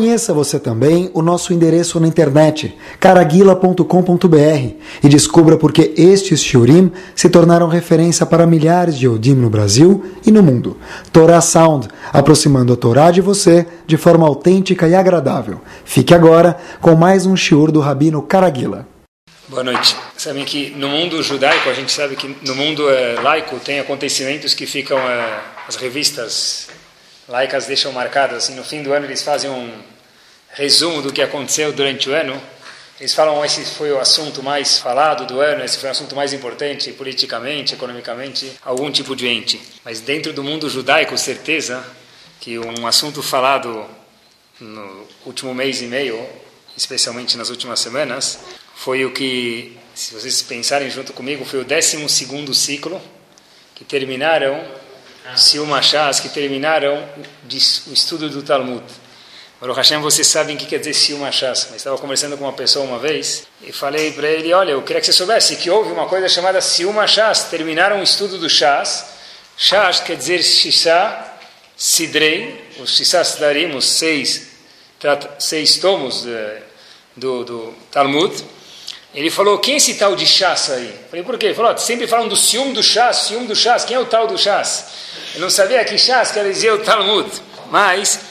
Conheça você também o nosso endereço na internet, caraguila.com.br, e descubra por que estes shiurim se tornaram referência para milhares de Yehudim no Brasil e no mundo. Torah Sound, aproximando a Torá de você de forma autêntica e agradável. Fique agora com mais um shiur do Rabino Caraguila. Boa noite. Sabem que no mundo judaico, a gente sabe que no mundo laico tem acontecimentos que ficam, as revistas laicas deixam marcadas, assim, no fim do ano eles fazem um resumo do que aconteceu durante o ano. Eles falam, esse foi o assunto mais falado do ano, esse foi o assunto mais importante politicamente, economicamente, algum tipo de ente. Mas dentro do mundo judaico, certeza que um assunto falado no último mês e meio, especialmente nas últimas semanas, foi o que, se vocês pensarem junto comigo, foi o 12º ciclo, que terminaram, Siyum HaShas, que terminaram o estudo do Talmud. Baruch Hashem, vocês sabem o que quer dizer Siyum HaShas. Eu estava conversando com uma pessoa uma vez, e falei para ele, olha, eu queria que você soubesse que houve uma coisa chamada Siyum HaShas, terminaram o estudo do Shas. Shas quer dizer Shisha Sidrei, os Shisha Sidarim, os seis tomos do Talmud. Ele falou, quem é esse tal de Shas aí? Eu falei, por quê? Ele falou, sempre falam do Siyum do Shas, quem é o tal do Shas? Eu não sabia que Shas quer dizer o Talmud, mas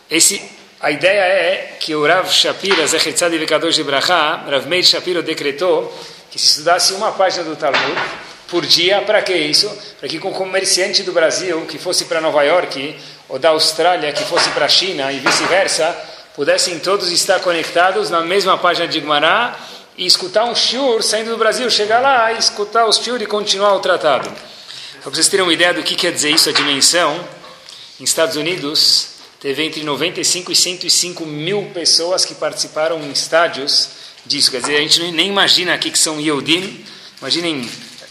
a ideia é que o Rav Shapiro, Zecher Tzadik Vekadosh Libracha, Rav Meir Shapiro decretou que se estudasse uma página do Talmud por dia, para que isso? Para que um comerciante do Brasil, que fosse para Nova York, ou da Austrália, que fosse para a China, e vice-versa, pudessem todos estar conectados na mesma página de Gemara, e escutar um shiur saindo do Brasil, chegar lá e escutar o shiur e continuar o tratado. Para vocês terem uma ideia do que quer dizer isso, a dimensão, em Estados Unidos, teve entre 95 e 105 mil pessoas que participaram em estádios disso. Quer dizer, a gente nem imagina aqui que são Yehudim. Imaginem,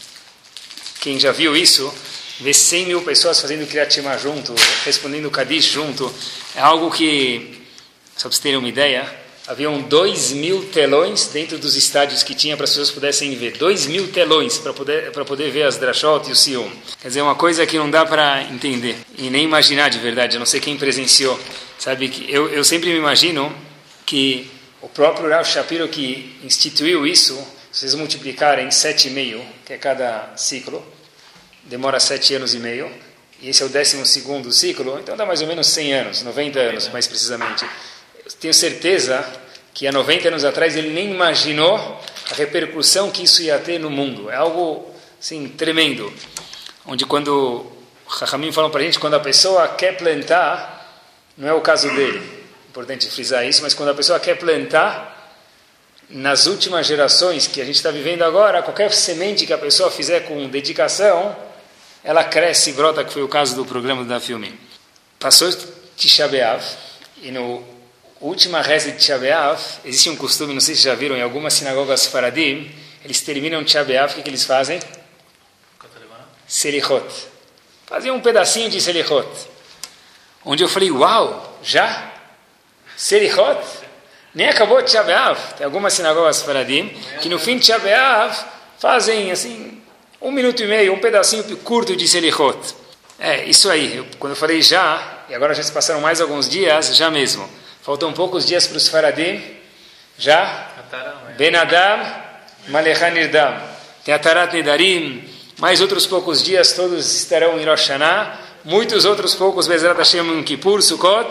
quem já viu isso, ver 100 mil pessoas fazendo Kriyat Shema junto, respondendo Kadish junto. É algo que, só para vocês terem uma ideia, haviam 2.000 telões dentro dos estádios que tinha para as pessoas pudessem ver. 2.000 telões para poder ver as drashot e o Siyum. Quer dizer, uma coisa que não dá para entender e nem imaginar de verdade. Eu não sei quem presenciou. Sabe que eu sempre me imagino que o próprio Rav Shapiro que instituiu isso, se vocês multiplicarem 7,5, que é cada ciclo, demora 7 anos e meio, e esse é o 12º ciclo, então dá mais ou menos 100 anos, 90 anos mais precisamente. Tenho certeza que há 90 anos atrás ele nem imaginou a repercussão que isso ia ter no mundo. É algo assim, tremendo. Onde quando Chachamim falam para a gente, quando a pessoa quer plantar, não é o caso dele, importante frisar isso, mas quando a pessoa quer plantar, nas últimas gerações que a gente está vivendo agora, qualquer semente que a pessoa fizer com dedicação, ela cresce e brota, que foi o caso do programa da filme. Passou Tisha B'Av, e no última reza de Tisha B'Av, existe um costume, não sei se já viram, em algumas sinagogas Sefaradim, eles terminam Tisha B'Av, o que eles fazem? Selichot. Faziam um pedacinho de Selichot. Onde eu falei, uau, já? Selichot? Nem acabou Tisha B'Av. Tem algumas sinagogas Sefaradim, que no fim de Tisha B'Av fazem, assim, 1 minuto e meio, um pedacinho curto de Selichot. Isso aí. Quando eu falei já, e agora já se passaram mais alguns dias, já mesmo. Faltam poucos dias para os Faradim. Já? Ben Adam, Malechan Nirdam. Tem Atarat Nedarim. Mais outros poucos dias, todos estarão em Rosh Hashanah. Muitos outros poucos, Bezrat Hashem, em Kippur, Sukkot.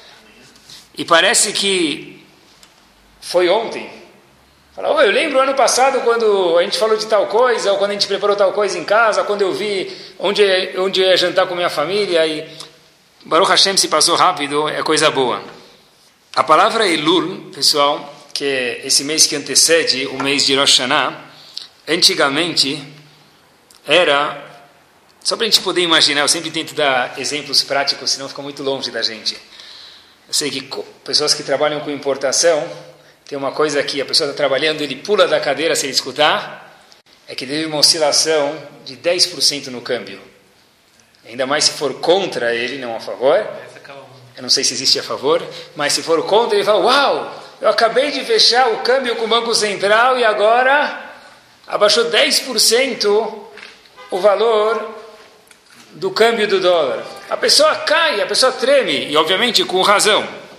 E parece que foi ontem. Fala, eu lembro ano passado quando a gente falou de tal coisa, ou quando a gente preparou tal coisa em casa, quando eu vi onde eu ia jantar com minha família. E Baruch Hashem, se passou rápido, é coisa boa. A palavra Elul, pessoal, que é esse mês que antecede o mês de Rosh Hashanah, antigamente era, só para a gente poder imaginar, eu sempre tento dar exemplos práticos, senão fica muito longe da gente. Eu sei que pessoas que trabalham com importação, tem uma coisa que a pessoa está trabalhando, ele pula da cadeira se ele escutar, é que teve uma oscilação de 10% no câmbio. Ainda mais se for contra ele, não a favor. Eu não sei se existe a favor, mas se for contra, ele fala, uau, eu acabei de fechar o câmbio com o Banco Central e agora abaixou 10% o valor do câmbio do dólar. A pessoa cai, a pessoa treme, e obviamente com razão.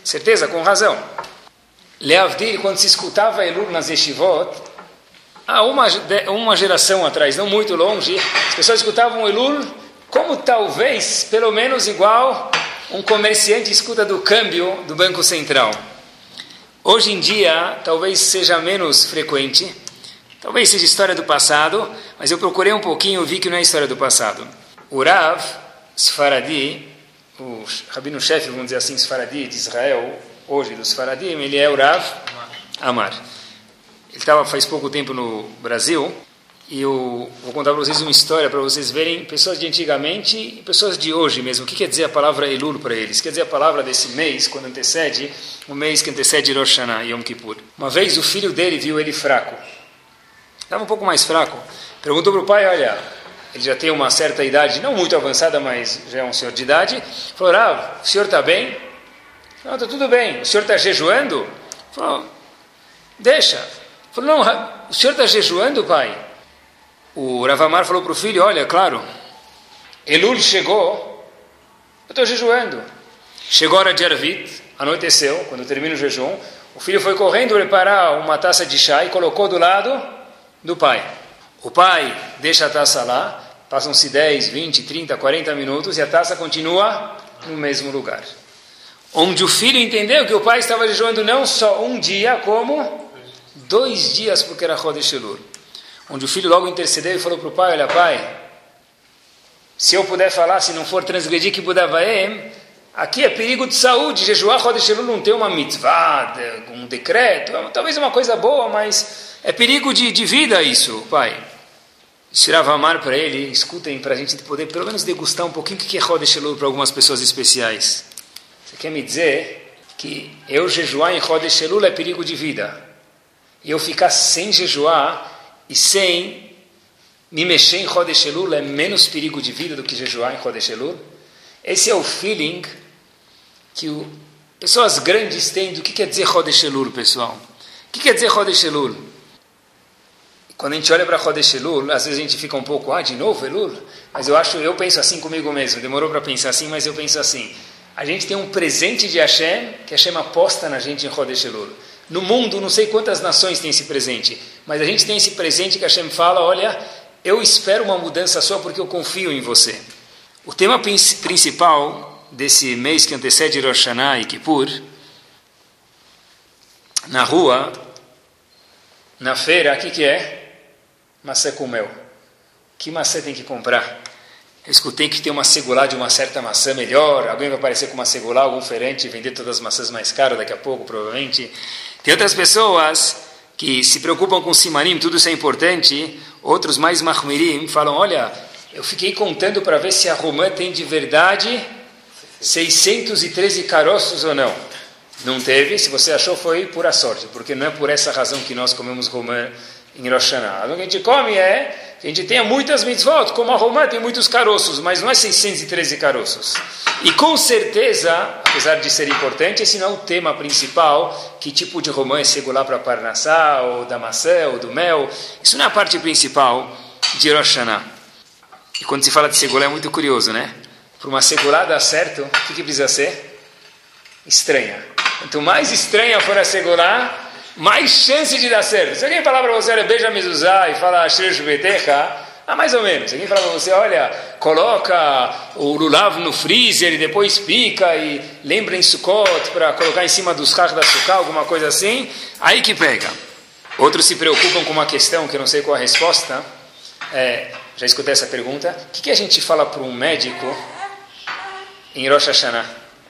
certeza, com razão. Leavdil, quando se escutava Elul nas yeshivot, há uma geração atrás, não muito longe, as pessoas escutavam Elul como talvez, pelo menos igual, um comerciante escuta do câmbio do Banco Central. Hoje em dia, talvez seja menos frequente, talvez seja história do passado, mas eu procurei um pouquinho e vi que não é história do passado. O Rav Sfaradi, o rabino-chefe, vamos dizer assim, Sfaradi de Israel, hoje do Sfaradim, ele é o Rav Amar. Ele estava faz pouco tempo no Brasil, e eu vou contar para vocês uma história, para vocês verem pessoas de antigamente e pessoas de hoje mesmo. O que quer dizer a palavra Elul para eles? Quer dizer a palavra desse mês, quando antecede, o mês que antecede Rosh Hashanah, Yom Kippur. Uma vez o filho dele viu ele fraco. Estava um pouco mais fraco. Perguntou para o pai, olha, ele já tem uma certa idade, não muito avançada, mas já é um senhor de idade. Falou, Rav, o senhor está bem? Não, está tudo bem. O senhor está jejuando? Falou, deixa. Falou, não, o senhor está jejuando, pai? O Rav Amar falou para o filho, olha, claro, Elul chegou, eu estou jejuando. Chegou a hora de Arvit, anoiteceu, quando termina o jejum, o filho foi correndo preparar uma taça de chá e colocou do lado do pai. O pai deixa a taça lá, passam-se 10, 20, 30, 40 minutos e a taça continua no mesmo lugar. Onde o filho entendeu que o pai estava jejuando não só um dia, como 2 dias, porque era Chodesh Elul. Onde o filho logo intercedeu e falou para o pai, olha pai, se eu puder falar, se não for transgredir que Budavaem, aqui é perigo de saúde, jejuar Chodesh Elul não tem uma mitzvah, um decreto, talvez uma coisa boa, mas é perigo de vida isso, pai. Tirava Amar para ele, escutem para a gente poder pelo menos degustar um pouquinho o que é Chodesh Elul para algumas pessoas especiais. Você quer me dizer que eu jejuar em Chodesh Elul é perigo de vida? E eu ficar sem jejuar e sem me mexer em Chodesh Elul é menos perigo de vida do que jejuar em Chodesh Elul? Esse é o feeling que pessoas grandes têm do que quer dizer Chodesh Elul, pessoal. O que quer dizer Chodesh Elul? Quando a gente olha para Chodesh Elul, às vezes a gente fica um pouco, de novo Elul? Mas eu penso assim comigo mesmo, demorou para pensar assim, mas eu penso assim. A gente tem um presente de Hashem, que Hashem aposta na gente em Chodesh Elul. No mundo, não sei quantas nações têm esse presente, mas a gente tem esse presente que Hashem fala, olha, eu espero uma mudança sua porque eu confio em você. O tema principal desse mês que antecede Rosh Hashanah e Kippur, na rua, na feira, o que é? Maçã com mel. Que maçã tem que comprar? Eu escutei que tem uma segulá de uma certa maçã melhor, alguém vai aparecer com uma segulá, algum ferente, vender todas as maçãs mais caras daqui a pouco, provavelmente. Tem outras pessoas que se preocupam com simanim, tudo isso é importante. Outros mais mahmirim falam, olha, eu fiquei contando para ver se a romã tem de verdade 613 caroços ou não. Não teve, se você achou foi pura sorte, porque não é por essa razão que nós comemos romã em Rosh Hashanah. O que a gente come é que a gente tenha muitas mitzvot, como a romã tem muitos caroços, mas não é 613 caroços. E com certeza, apesar de ser importante, esse não é o tema principal, que tipo de romã é segular para Parnassá, ou da maçã, ou do mel. Isso não é a parte principal de Rosh Hashanah. E quando se fala de segular é muito curioso, né? Para uma segular dar certo, o que precisa ser? Estranha. Quanto mais estranha for a segular, mais chance de dar certo. Se alguém falar para você, olha, beija a mezuzá e fala Shresh Betecha, mais ou menos. Se alguém falar para você, olha, coloca o lulav no freezer e depois pica e lembra em Sukkot para colocar em cima dos carros da Sukkah, alguma coisa assim, aí que pega. Outros se preocupam com uma questão que eu não sei qual a resposta. Já escutei essa pergunta. O que a gente fala para um médico em Rosh Hashanah?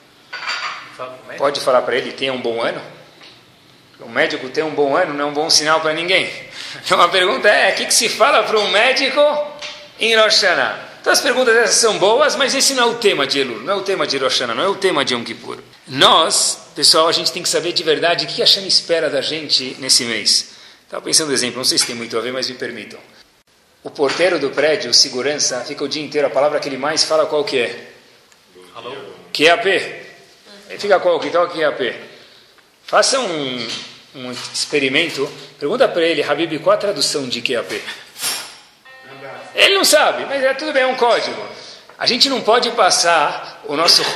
Pode falar para ele, tenha um bom ano? O médico ter um bom ano não é um bom sinal para ninguém. Então a pergunta é, o que se fala para um médico em Rosh Hashanah? Então as perguntas essas são boas, mas esse não é o tema de Elul, não é o tema de Rosh Hashanah, não é o tema de Yom Kippur. Nós, pessoal, a gente tem que saber de verdade o que Hashem espera da gente nesse mês. Estava pensando no exemplo, não sei se tem muito a ver, mas me permitam. O porteiro do prédio, o segurança, fica o dia inteiro, a palavra que ele mais fala qual que é? Alô? QAP. Ele fica qual que tal QAP? Faça um experimento, pergunta para ele, Habib, qual a tradução de QAP? Ele não sabe, mas tudo bem, é um código. A gente não pode passar o nosso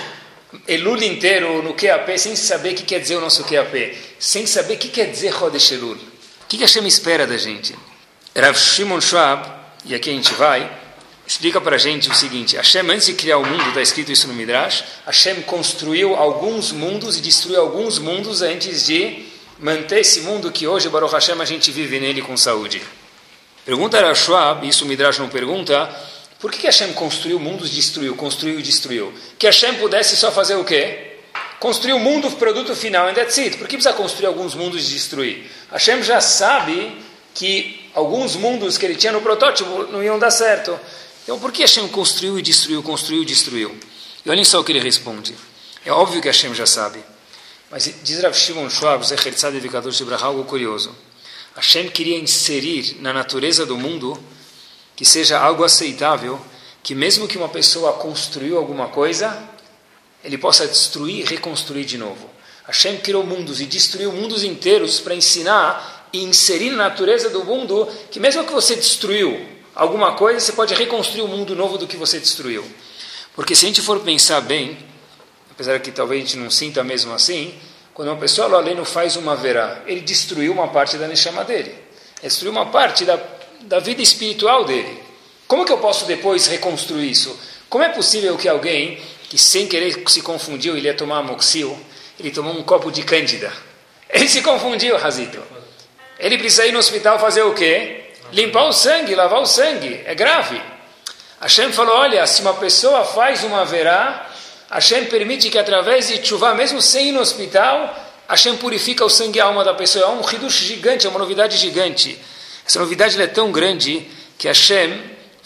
Elul inteiro no QAP sem saber o que quer dizer o nosso QAP, sem saber o que quer dizer Chodesh Elul. O que Hashem espera da gente? Rav Shimon Schwab, e aqui a gente vai, explica para a gente o seguinte: Hashem, antes de criar o mundo, está escrito isso no Midrash, Hashem construiu alguns mundos e destruiu alguns mundos antes de manter esse mundo que hoje, Baruch Hashem, a gente vive nele com saúde. Pergunta Rav Schwab, isso o Midrash não pergunta, por que Hashem construiu mundos e construiu e destruiu? Que Hashem pudesse só fazer o quê? Construir o mundo, o produto final, and that's it. Por que precisa construir alguns mundos e destruir? Hashem já sabe que alguns mundos que ele tinha no protótipo não iam dar certo. Então, por que Hashem construiu e destruiu? E olhem só o que ele responde. É óbvio que Hashem já sabe. Mas diz Rav Shimon Schwab, Zecher Tzaddik Vekadosh Libraha, algo curioso. Hashem queria inserir na natureza do mundo que seja algo aceitável, que mesmo que uma pessoa construiu alguma coisa, ele possa destruir e reconstruir de novo. Hashem criou mundos e destruiu mundos inteiros para ensinar e inserir na natureza do mundo que mesmo que você destruiu alguma coisa, você pode reconstruir um mundo novo do que você destruiu. Porque se a gente for pensar bem, apesar que talvez a gente não sinta mesmo assim, quando uma pessoa lá não faz uma verá, ele destruiu uma parte da neshama dele. Ele destruiu uma parte da vida espiritual dele. Como que eu posso depois reconstruir isso? Como é possível que alguém que sem querer se confundiu, ele ia tomar amoxil, ele tomou um copo de cândida. Ele se confundiu, Razito. Ele precisa ir no hospital fazer o quê? Limpar o sangue, lavar o sangue. É grave. Hashem falou, olha, se uma pessoa faz uma verá, Hashem permite que através de chuvá, mesmo sem ir no hospital, Hashem purifica o sangue e a alma da pessoa. É um hidush gigante, é uma novidade gigante. Essa novidade é tão grande que Hashem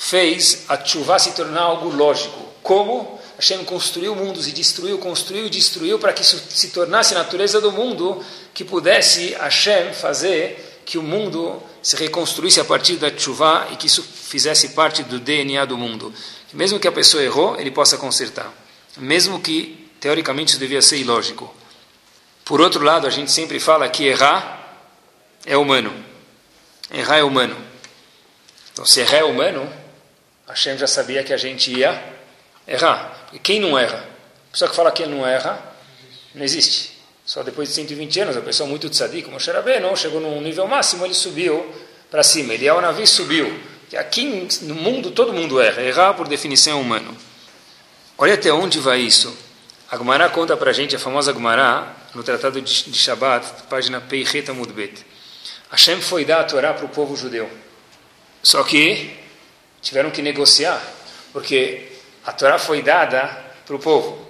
fez a chuvá se tornar algo lógico. Como? Hashem construiu mundos e destruiu para que isso se tornasse a natureza do mundo, que pudesse Hashem fazer que o mundo se reconstruísse a partir da chuvá e que isso fizesse parte do DNA do mundo. Que mesmo que a pessoa errou, ele possa consertar. Mesmo que, teoricamente, isso devia ser ilógico. Por outro lado, a gente sempre fala que errar é humano. Errar é humano. Então, se errar é humano, Hashem já sabia que a gente ia errar. E quem não erra? A pessoa que fala que não erra, não existe. Só depois de 120 anos, a pessoa muito tzadik, como Moshe Rabbeinu, chegou num nível máximo, ele subiu para cima. Eliyahu Navi subiu. E aqui no mundo, todo mundo erra. Errar, por definição, é humano. Olha até onde vai isso. A Gemara conta para a gente, a famosa Gemara, no Tratado de Shabbat, página Peichet Amud Bet. Hashem foi dar a Torá para o povo judeu. Só que tiveram que negociar, porque a Torá foi dada para o povo.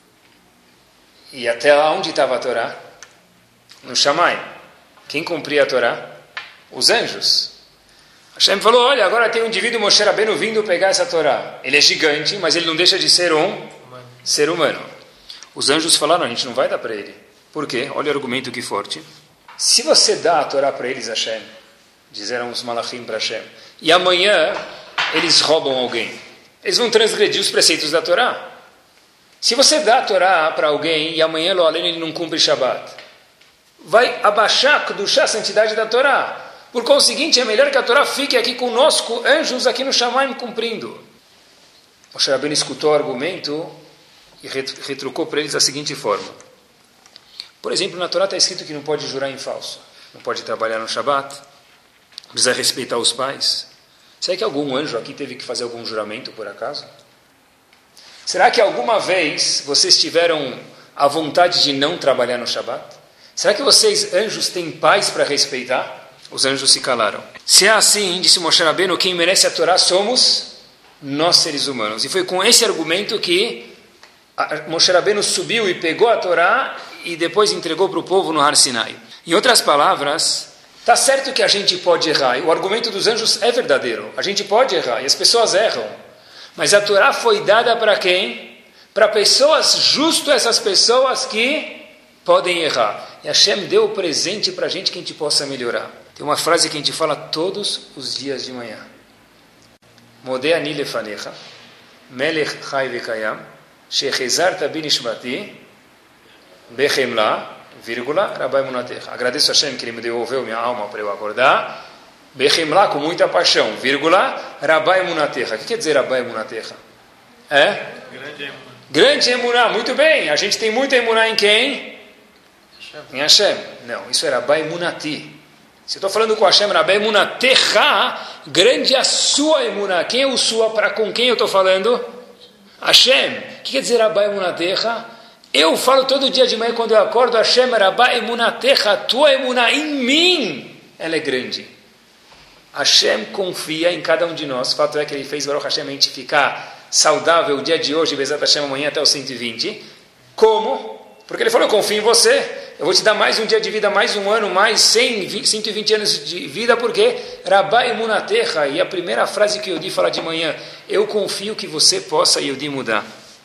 E até lá onde estava a Torá? No Shammai. Quem cumpria a Torá? Os anjos. Hashem falou, olha, agora tem um indivíduo, Moshe Rabbeinu, vindo pegar essa Torá. Ele é gigante, mas ele não deixa de ser um ser humano. Os anjos falaram, a gente não vai dar para ele. Por quê? Olha o argumento que forte. Se você dá a Torá para eles, Hashem, disseram os malachim para Hashem, e amanhã eles roubam alguém, eles vão transgredir os preceitos da Torá. Se você dá a Torá para alguém e amanhã ele não cumpre Shabbat, vai abaixar a santidade da Torá. Por conseguinte, é melhor que a Torá fique aqui conosco, anjos aqui no Shammai cumprindo. Moshe Rabbeinu escutou o argumento e retrucou para eles da seguinte forma. Por exemplo, na Torá está escrito que não pode jurar em falso, não pode trabalhar no Shabbat, precisa respeitar os pais. Será que algum anjo aqui teve que fazer algum juramento, por acaso? Será que alguma vez vocês tiveram a vontade de não trabalhar no Shabbat? Será que vocês, anjos, têm pais para respeitar? Os anjos se calaram. Se é assim, disse Moshe Rabbeinu, quem merece a Torá somos nós, seres humanos. E foi com esse argumento que Moshe Rabbeinu subiu e pegou a Torá e depois entregou para o povo no Har Sinai. Em outras palavras, está certo que a gente pode errar. O argumento dos anjos é verdadeiro. A gente pode errar e as pessoas erram. Mas a Torá foi dada para quem? Para pessoas, justo essas pessoas que podem errar. E Hashem deu o presente para a gente que a gente possa melhorar. Tem uma frase que a gente fala todos os dias de manhã. Modeh ani lefanecha, melech chai vekayam, shechezarta binishmati, bechemla, vírgula, rabai munatecha. Agradeço a Hashem que ele me devolveu minha alma para eu acordar. Bechemla, com muita paixão, vírgula, rabai munatecha. O que quer dizer rabai munatecha? É? Grande emuná, muito bem. A gente tem muita emuná em quem? Em Hashem. Não, isso era Rabá Emunati. Se eu estou falando com Hashem, Rabá Emunatecha, grande a sua emuná. Quem é o sua? Com quem eu estou falando? Hashem. O que quer dizer Rabá Emunatecha? Eu falo todo dia de manhã quando eu acordo, Hashem, Rabá Emunatecha, a tua emuná em mim, ela é grande. Hashem confia em cada um de nós. O fato é que ele fez Baruch Hashem a gente ficar saudável o dia de hoje, Bezat Hashem amanhã até os 120. Como? Porque ele falou, eu confio em você. Eu vou te dar mais um dia de vida, mais um ano, mais 120 anos de vida, porque Rabá Emunatecha, e a primeira frase que Yehudi fala de manhã, eu confio que você possa, Yehudi, mudar.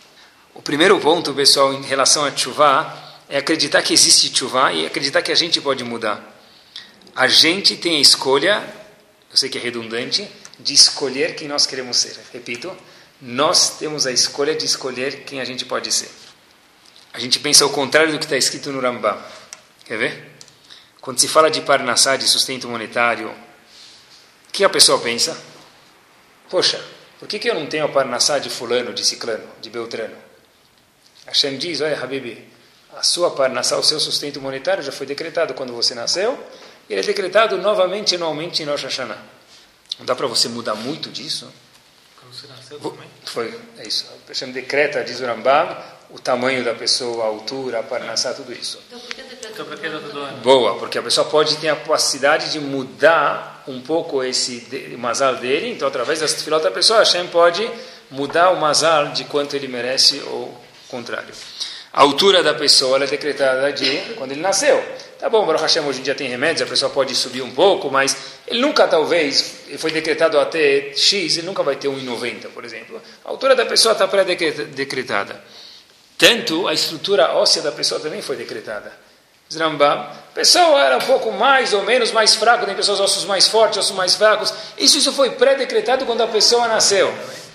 O primeiro ponto, pessoal, em relação a Tchuvá, é acreditar que existe Tchuvá e acreditar que a gente pode mudar. A gente tem a escolha, eu sei que é redundante, de escolher quem nós queremos ser. Repito, nós temos a escolha de escolher quem a gente pode ser. A gente pensa o contrário do que está escrito no Rambam. Quer ver? Quando se fala de Parnassá, de sustento monetário, o que a pessoa pensa? Poxa, por que eu não tenho a Parnassá de fulano, de ciclano, de beltrano? Hashem diz, olha, Habibi, a sua Parnassá, o seu sustento monetário já foi decretado quando você nasceu, e ele é decretado novamente, anualmente em Rosh Hashanah. Não dá para você mudar muito disso? Quando você nasceu também? É isso. Hashem decreta, diz o Rambam, o tamanho da pessoa, a altura, a Parnassá, tudo isso. Então por que decreta todo ano? Boa, porque a pessoa pode ter a capacidade de mudar um pouco esse mazal dele, então através das tefilot da pessoa, Hashem pode mudar o mazal de quanto ele merece ou o contrário. A altura da pessoa ela é decretada de quando ele nasceu. Tá bom, Baruch Hashem hoje em dia tem remédios, a pessoa pode subir um pouco, mas ele nunca talvez, ele foi decretado até X, ele nunca vai ter 1,90, por exemplo. A altura da pessoa está pré-decretada. Tanto a estrutura óssea da pessoa também foi decretada. Rambam, a pessoa era um pouco mais ou menos mais fraca, tem pessoas ossos mais fortes, ossos mais fracos. Isso foi pré-decretado quando a pessoa nasceu.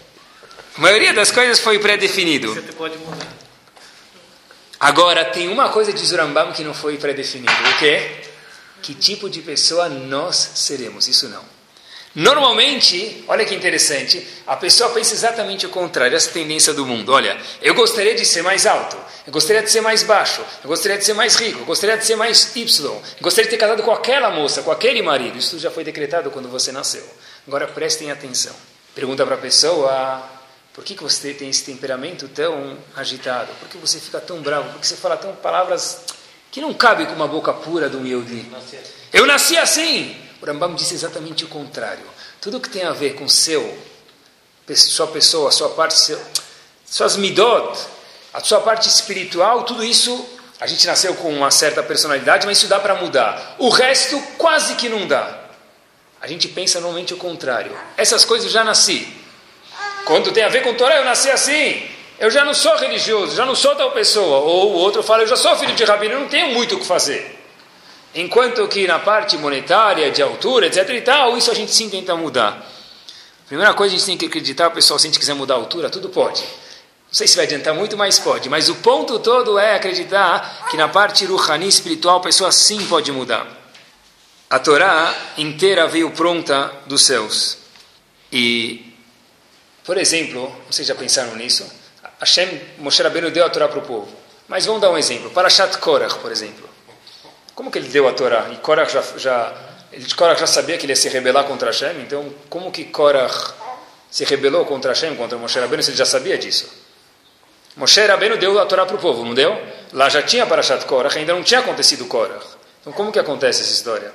A maioria das coisas foi pré-definido. Você pode mudar. Agora, tem uma coisa de Rambam que não foi pré-definido. O quê? Que tipo de pessoa nós seremos? Isso não. Normalmente, olha que interessante, a pessoa pensa exatamente o contrário, essa tendência do mundo. Olha, eu gostaria de ser mais alto, eu gostaria de ser mais baixo, eu gostaria de ser mais rico, eu gostaria de ser mais Y, eu gostaria de ter casado com aquela moça, com aquele marido. Isso já foi decretado quando você nasceu. Agora prestem atenção. Pergunta para a pessoa, por que você tem esse temperamento tão agitado? Por que você fica tão bravo? Por que você fala tão palavras que não cabem com uma boca pura do Yehudi? Eu nasci assim! O Rambam disse exatamente o contrário. Tudo que tem a ver com sua pessoa, sua parte, suas midot, a sua parte espiritual, tudo isso, a gente nasceu com uma certa personalidade, mas isso dá para mudar. O resto quase que não dá. A gente pensa normalmente o contrário. Essas coisas eu já nasci. Quando tem a ver com Torá, eu nasci assim. Eu já não sou religioso, já não sou tal pessoa. Ou o outro fala, eu já sou filho de rabino, eu não tenho muito o que fazer. Enquanto que na parte monetária, de altura, etc. e tal, isso a gente sim tenta mudar. Primeira coisa, a gente tem que acreditar, pessoal, se a gente quiser mudar a altura, tudo pode. Não sei se vai adiantar muito, mas pode. Mas o ponto todo é acreditar que na parte ruhani, espiritual, a pessoa sim pode mudar. A Torá inteira veio pronta dos céus. E, por exemplo, vocês já pensaram nisso? Hashem, Moshe Rabbeinu deu a Torá para o povo. Mas vamos dar um exemplo. Parashat Korach, por exemplo. Como que ele deu a Torá? E Korach já sabia que ele ia se rebelar contra Hashem? Então, como que Korach se rebelou contra Hashem, contra Moshe Rabbeinu, se ele já sabia disso? Moshe Rabbeinu deu a Torá para o povo, não deu? Lá já tinha Parashat Korach, ainda não tinha acontecido Korach. Então, como que acontece essa história?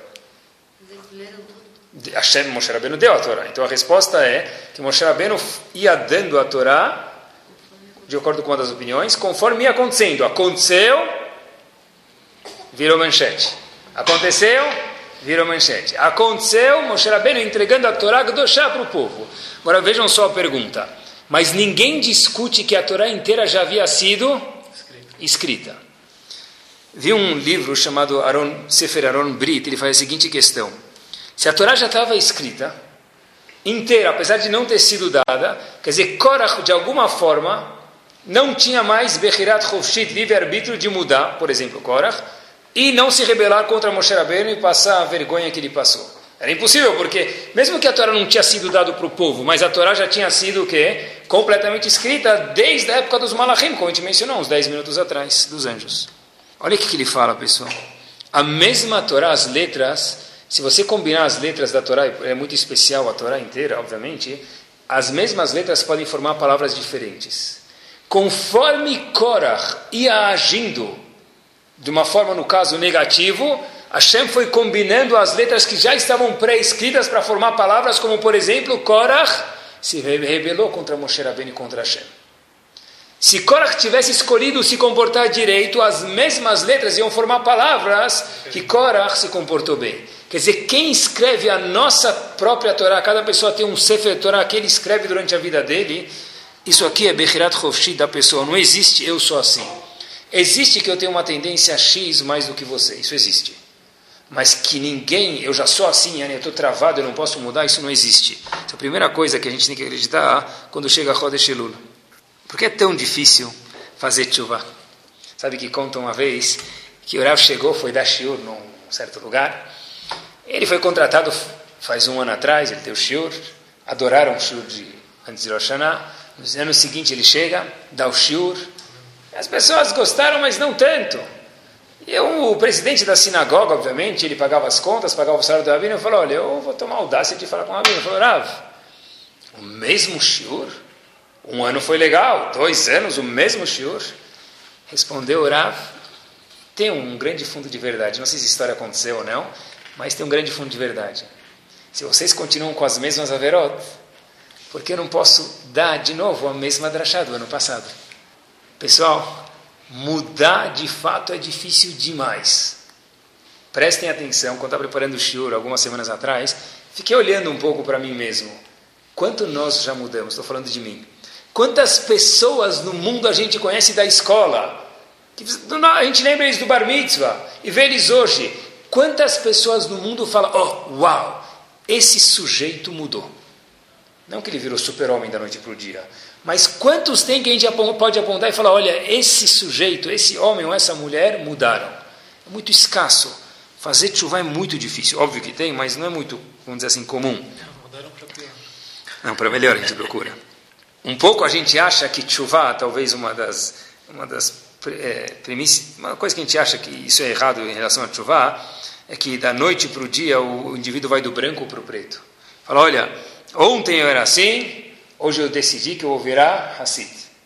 Hashem, Moshe Rabbeinu deu a Torá. Então, a resposta é que Moshe Rabbeinu ia dando a Torá, de acordo com uma das opiniões, conforme ia acontecendo. Aconteceu... virou manchete. Aconteceu, virou manchete. Aconteceu, Moshe Rabbeinu entregando a Torá Kedoshá para o povo. Agora vejam só a pergunta. Mas ninguém discute que a Torá inteira já havia sido escrita. Vi um livro chamado Sefer Aron Brit, ele faz a seguinte questão. Se a Torá já estava escrita, inteira, apesar de não ter sido dada, quer dizer, Korach, de alguma forma, não tinha mais Bechirat Chofshit, livre-arbítrio de mudar, por exemplo, Korach, e não se rebelar contra Moshe Rabbeinu e passar a vergonha que ele passou. Era impossível, porque mesmo que a Torá não tinha sido dada para o povo, mas a Torá já tinha sido o quê? Completamente escrita desde a época dos Malachim, como a gente mencionou uns 10 minutos atrás, dos anjos. Olha o que ele fala, pessoal. A mesma Torá, as letras, se você combinar as letras da Torá, é muito especial a Torá inteira, obviamente, as mesmas letras podem formar palavras diferentes. Conforme Korach ia agindo de uma forma, no caso, negativo, Hashem foi combinando as letras que já estavam pré-escritas para formar palavras como, por exemplo, Korach se rebelou contra Moshe Rabbeinu e contra Hashem. Se Korach tivesse escolhido se comportar direito, as mesmas letras iam formar palavras que Korach se comportou bem. Quer dizer, quem escreve a nossa própria Torá, cada pessoa tem um Sefer Torá que ele escreve durante a vida dele, isso aqui é Bechirat Chofshi da pessoa, não existe eu sou assim. Existe que eu tenho uma tendência X mais do que você, isso existe. Mas que ninguém, eu já sou assim, eu estou travado, eu não posso mudar, isso não existe. Essa é a primeira coisa que a gente tem que acreditar quando chega a Chodesh Elul. Por que é tão difícil fazer tshuva? Sabe que conta uma vez que o Rav chegou, foi dar shiur num certo lugar. Ele foi contratado faz um ano atrás, ele deu shiur, adoraram o shiur antes de Rosh Hashanah. No ano seguinte ele chega, dá o shiur. As pessoas gostaram, mas não tanto. E o presidente da sinagoga, obviamente, ele pagava as contas, pagava o salário do Rabino, e falou, olha, eu vou tomar audácia de falar com o Rabino. Ele falou, Rav, o mesmo shiur? Um ano foi legal, 2 anos, o mesmo shiur? Respondeu o Rav, tem um grande fundo de verdade. Não sei se a história aconteceu ou não, mas tem um grande fundo de verdade. Se vocês continuam com as mesmas averot, por que eu não posso dar de novo a mesma drachá do ano passado? Pessoal, mudar de fato é difícil demais. Prestem atenção, quando estava preparando o shiur algumas semanas atrás, fiquei olhando um pouco para mim mesmo. Quanto nós já mudamos? Estou falando de mim. Quantas pessoas no mundo a gente conhece da escola? A gente lembra eles do Bar Mitzvah e vê eles hoje. Quantas pessoas no mundo falam, oh, uau, esse sujeito mudou. Não que ele virou super-homem da noite para o dia, mas quantos tem que a gente pode apontar e falar, olha, esse sujeito, esse homem ou essa mulher mudaram. É muito escasso. Fazer tshuva é muito difícil. Óbvio que tem, mas não é muito, vamos dizer assim, comum. Mudaram para pior. Não, para melhor a gente procura. Um pouco a gente acha que tshuva, talvez uma das premissas, uma coisa que a gente acha que isso é errado em relação a tshuva, é que da noite para o dia o indivíduo vai do branco para o preto. Fala, olha, ontem eu era assim, hoje eu decidi que eu vou virar Hassid.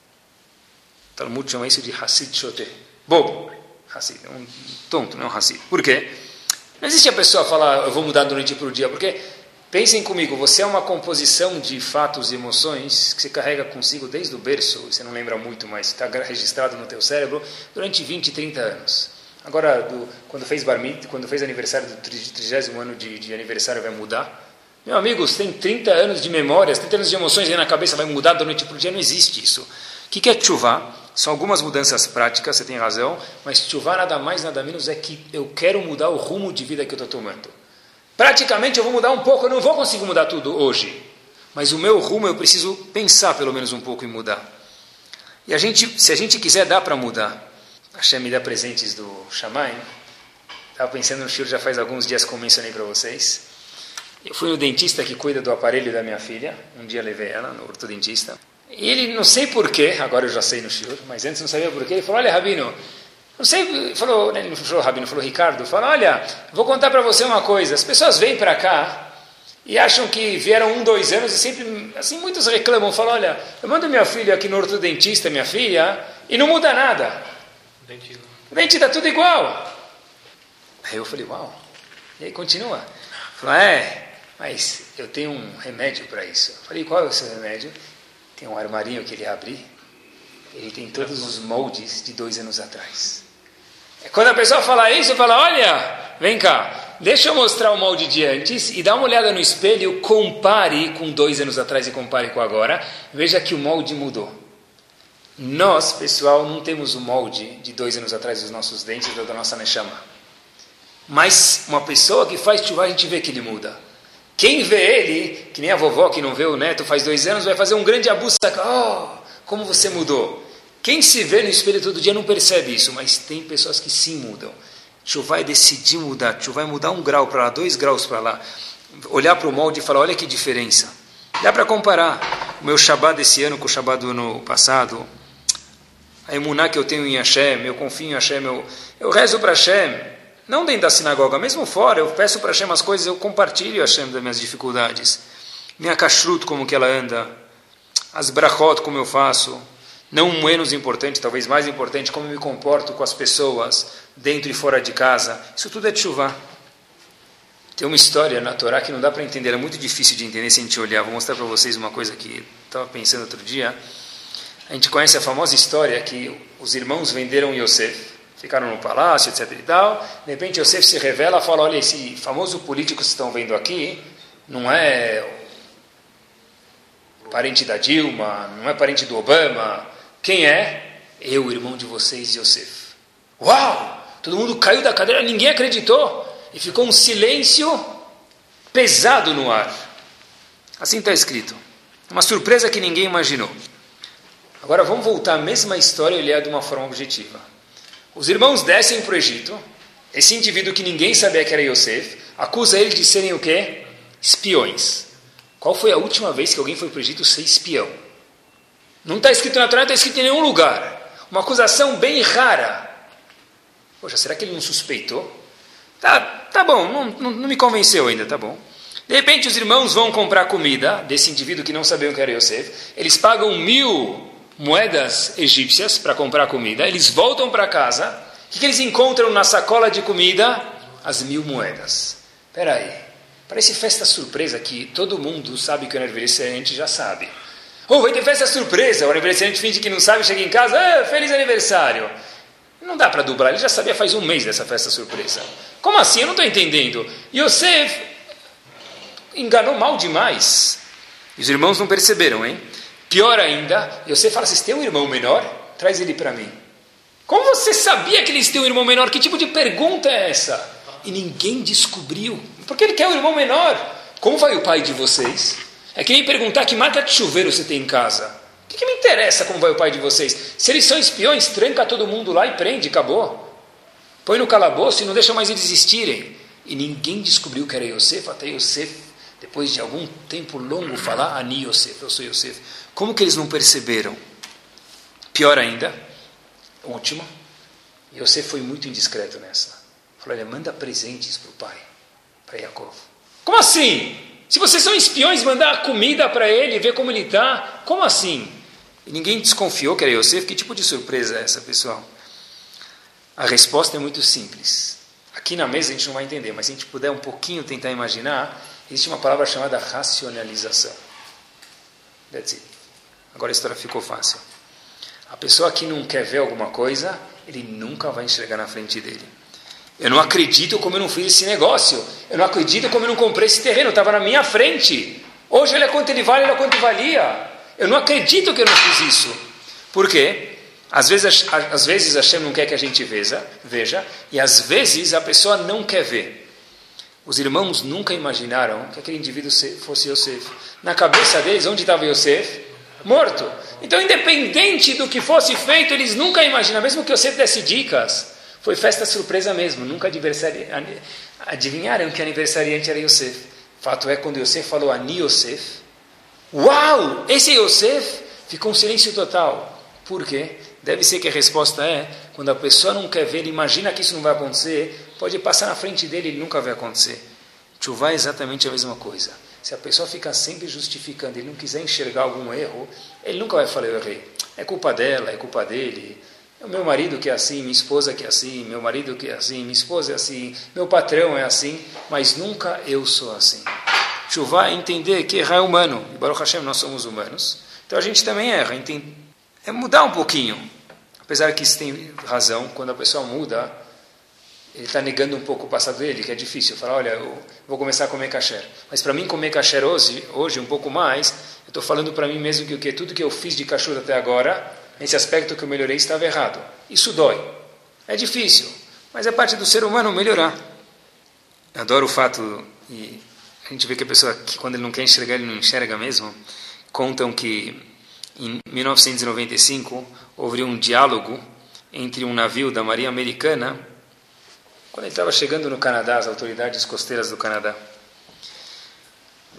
O Talmud chama isso de Hassid Shoteh. Bobo. Hassid. É um tonto, não é um Hassid. Por quê? Não existe a pessoa falar, eu vou mudar da noite para o dia, porque, pensem comigo, você é uma composição de fatos e emoções que você carrega consigo desde o berço, você não lembra muito, mas está registrado no teu cérebro, durante 20, 30 anos. Agora, quando fez Bar Mitzvah, quando fez aniversário do 30º ano de aniversário, vai mudar? Meu amigo, você tem 30 anos de memórias, 30 anos de emoções aí na cabeça, vai mudar da noite para o dia? Não existe isso. O que é tshuva? São algumas mudanças práticas, você tem razão, mas tshuva nada mais, nada menos é que eu quero mudar o rumo de vida que eu estou tomando. Praticamente eu vou mudar um pouco, eu não vou conseguir mudar tudo hoje, mas o meu rumo eu preciso pensar pelo menos um pouco em mudar. E se a gente quiser, dá para mudar. Hashem me dá presentes do Shamayim. Estava pensando no shiur já faz alguns dias, como mencionei para vocês. Eu fui no dentista que cuida do aparelho da minha filha. Um dia levei ela no ortodentista. E ele, não sei porquê, agora eu já sei no shiur, mas antes não sabia porquê. Ele falou, olha, Rabino, não sei, ele não falou Rabino, falou Ricardo. Falou, olha, vou contar para você uma coisa. As pessoas vêm para cá e acham que vieram 1, 2 anos e sempre, assim, muitos reclamam. Falam, olha, eu mando minha filha aqui no ortodentista, minha filha, e não muda nada. O dente está tudo igual. Aí eu falei, uau. E aí continua. Falou, mas eu tenho um remédio para isso. Eu falei, qual é o seu remédio? Tem um armarinho que ele abre, ele tem todos os moldes de 2 anos atrás. Quando a pessoa fala isso, fala, olha, vem cá, deixa eu mostrar o molde de antes e dá uma olhada no espelho, compare com 2 anos atrás e compare com agora, veja que o molde mudou. Nós, pessoal, não temos o molde de 2 anos atrás dos nossos dentes ou da nossa neshama. Mas uma pessoa que faz tshuva, a gente vê que ele muda. Quem vê ele, que nem a vovó que não vê o neto faz 2 anos, vai fazer um grande abusaca. Oh, como você mudou. Quem se vê no espelho todo dia não percebe isso, mas tem pessoas que sim mudam. Tshuva é decidir mudar. Tshuva é mudar 1 grau para lá, 2 graus para lá. olhar para o molde e falar, olha que diferença. Dá para comparar o meu Shabbat desse ano com o Shabbat do ano passado. A emuná que eu tenho em Hashem, eu confio em Hashem, eu rezo para Hashem, não dentro da sinagoga, mesmo fora, eu peço para Hashem as coisas, eu compartilho Hashem das minhas dificuldades. Minha kashrut, como que ela anda, as brachot, como eu faço, não menos importante, talvez mais importante, como eu me comporto com as pessoas, dentro e fora de casa. Isso tudo é teshuvá. Tem uma história na Torá que não dá para entender, é muito difícil de entender se a gente olhar. Vou mostrar para vocês uma coisa que estava pensando outro dia. A gente conhece a famosa história que os irmãos venderam Yosef, ficaram no palácio, etc. e tal. De repente Yosef se revela e fala, olha, esse famoso político que vocês estão vendo aqui não é parente da Dilma, não é parente do Obama. Quem é? Eu, irmão de vocês, Yosef. Uau! Todo mundo caiu da cadeira, ninguém acreditou. E ficou um silêncio pesado no ar. Assim está escrito. Uma surpresa que ninguém imaginou. Agora vamos voltar à mesma história e olhar de uma forma objetiva. Os irmãos descem para o Egito. Esse indivíduo que ninguém sabia que era Yosef, acusa ele de serem o quê? Espiões. Qual foi a última vez que alguém foi para o Egito ser espião? Não está escrito na Torá, não está escrito em nenhum lugar. Uma acusação bem rara. Poxa, será que ele não suspeitou? Tá bom, não me convenceu ainda, tá bom. De repente os irmãos vão comprar comida desse indivíduo que não sabiam que era Yosef. Eles pagam 1000 moedas egípcias para comprar comida. Eles voltam para casa. O que eles encontram na sacola de comida? As 1000 moedas. Espera aí, parece festa surpresa que todo mundo sabe que o aniversariante já sabe. Vai ter festa surpresa. O aniversariante finge que não sabe, chega em casa, feliz aniversário. Não dá para dublar, ele já sabia faz um mês dessa festa surpresa. Como assim? Eu não estou entendendo. Yosef enganou mal demais. E os irmãos não perceberam, hein? Pior ainda, Yosef fala, vocês têm um irmão menor? Traz ele para mim. Como você sabia que eles têm um irmão menor? Que tipo de pergunta é essa? E ninguém descobriu. Por que ele quer um irmão menor? Como vai o pai de vocês? É que nem perguntar que marca de chuveiro você tem em casa. O que me interessa como vai o pai de vocês? Se eles são espiões, tranca todo mundo lá e prende, acabou. Põe no calabouço e não deixa mais eles existirem. E ninguém descobriu que era Yosef, até Yosef, depois de algum tempo longo, falar, Ani Yosef, eu sou Yosef. Como que eles não perceberam? Pior ainda, último, Yosef foi muito indiscreto nessa. Falou, olha, manda presentes para o pai, para Yaakov. Como assim? Se vocês são espiões, mandar comida para ele, ver como ele está, como assim? E ninguém desconfiou que era Yosef. Que tipo de surpresa é essa, pessoal? A resposta é muito simples. Aqui na mesa a gente não vai entender, mas se a gente puder um pouquinho tentar imaginar, existe uma palavra chamada racionalização. That's it. Agora a história ficou fácil. A pessoa que não quer ver alguma coisa, ele nunca vai enxergar na frente dele. Eu não acredito como eu não fiz esse negócio. Eu não acredito como eu não comprei esse terreno. Estava na minha frente. Hoje olha quanto ele vale, olha quanto valia. Eu não acredito que eu não fiz isso. Por quê? Às vezes Hashem não quer que a gente veja. E às vezes a pessoa não quer ver. Os irmãos nunca imaginaram que aquele indivíduo fosse Yosef. Na cabeça deles, onde estava Yosef? Morto. Então, independente do que fosse feito, eles nunca imaginaram. Mesmo que Yosef desse dicas... Foi festa surpresa mesmo, nunca adivinharam que aniversariante era Yosef. Fato é, quando Yosef falou Ani Yosef, uau, esse é Yosef? Ficou um silêncio total. Por quê? Deve ser que a resposta é, quando a pessoa não quer ver, ele imagina que isso não vai acontecer, pode passar na frente dele, ele nunca vai acontecer. Tchuvá é exatamente a mesma coisa. Se a pessoa fica sempre justificando, ele não quiser enxergar algum erro, ele nunca vai falar, eu errei. É culpa dela, é culpa dele. É o meu marido que é assim, minha esposa que é assim, meu marido que é assim, minha esposa é assim, meu patrão é assim, mas nunca eu sou assim. Tchuvá é entender que errar é humano, e Baruch Hashem nós somos humanos, então a gente também erra, é mudar um pouquinho, apesar que isso tem razão, quando a pessoa muda, ele está negando um pouco o passado dele, que é difícil, falar, olha, eu vou começar a comer kasher, mas para mim comer kasher hoje um pouco mais, eu estou falando para mim mesmo que tudo que eu fiz de kashrut até agora, nesse aspecto que eu melhorei estava errado. Isso dói. É difícil, mas é parte do ser humano melhorar. Eu adoro o fato, e a gente vê que a pessoa, que quando ele não quer enxergar, ele não enxerga mesmo. Contam que em 1995 houve um diálogo entre um navio da Marinha Americana, quando ele estava chegando no Canadá, as autoridades costeiras do Canadá.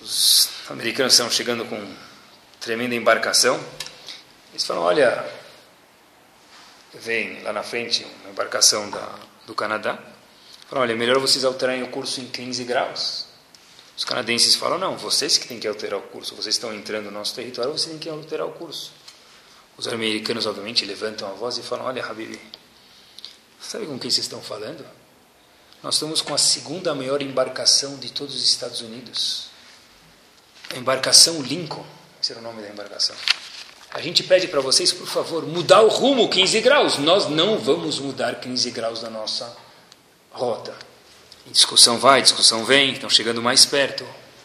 os americanos estão chegando com tremenda embarcação. Eles falam, olha, vem lá na frente uma embarcação do Canadá. Falam, olha, é melhor vocês alterarem o curso em 15 graus. Os canadenses falam, não, vocês que têm que alterar o curso. Vocês estão entrando no nosso território, vocês têm que alterar o curso. Os americanos, obviamente, levantam a voz e falam, olha, Habibi, sabe com quem vocês estão falando? Nós estamos com a segunda maior embarcação de todos os Estados Unidos. A embarcação Lincoln, esse era o nome da embarcação. A gente pede para vocês, por favor, mudar o rumo 15 graus. Nós não vamos mudar 15 graus da nossa rota. E discussão vai, discussão vem, estão chegando mais perto.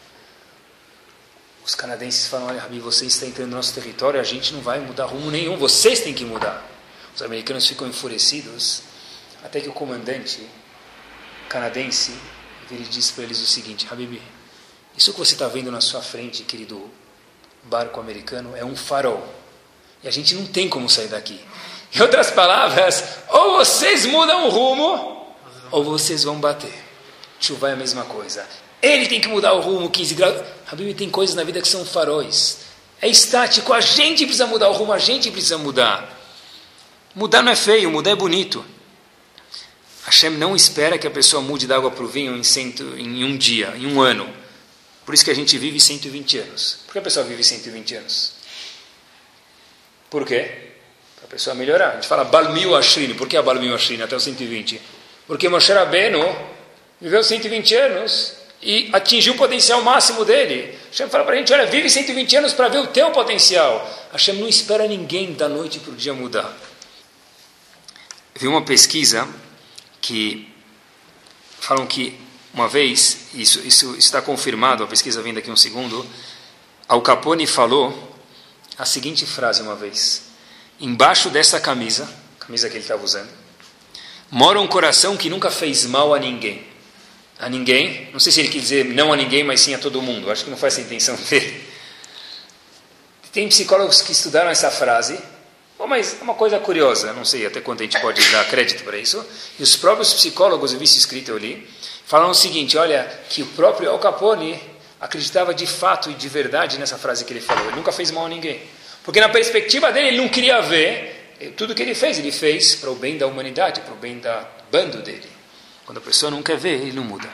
Os canadenses falam, olha, Rabi, você está entrando no nosso território, a gente não vai mudar rumo nenhum, vocês têm que mudar. Os americanos ficam enfurecidos, até que o comandante canadense, ele diz para eles o seguinte, Habibi, isso que você está vendo na sua frente, querido barco americano, é um farol. E a gente não tem como sair daqui. Em outras palavras, ou vocês mudam o rumo, ou vocês vão bater. Chuva é a mesma coisa. Ele tem que mudar o rumo 15 graus. Habibi, tem coisas na vida que são faróis. É estático, a gente precisa mudar o rumo, a gente precisa mudar. Mudar não é feio, mudar é bonito. Hashem não espera que a pessoa mude da água para o vinho em um dia, em um ano. Por isso que a gente vive 120 anos. Por que a pessoa vive 120 anos? Por quê? Para a pessoa melhorar. A gente fala Balmil Ashrin. Por que a Balmil Ashrin até os 120? Porque Moshe Rabbeinu viveu 120 anos e atingiu o potencial máximo dele. Hashem fala para a gente, olha, vive 120 anos para ver o teu potencial. Hashem não espera ninguém da noite para o dia mudar. Vi uma pesquisa que falam que uma vez, isso está confirmado, a pesquisa vem daqui um segundo, Al Capone falou a seguinte frase uma vez, embaixo dessa camisa que ele estava usando, mora um coração que nunca fez mal a ninguém. A ninguém, não sei se ele quer dizer não a ninguém, mas sim a todo mundo, acho que não foi essa a intenção dele. Tem psicólogos que estudaram essa frase, mas é uma coisa curiosa, não sei até quanto a gente pode dar crédito para isso, e os próprios psicólogos, eu vi isso escrito, eu li, falam o seguinte, olha, que o próprio Al Capone acreditava de fato e de verdade nessa frase que ele falou, ele nunca fez mal a ninguém, porque na perspectiva dele, ele não queria ver, tudo que ele fez para o bem da humanidade, para o bem do bando dele. Quando a pessoa não quer ver, ele não muda.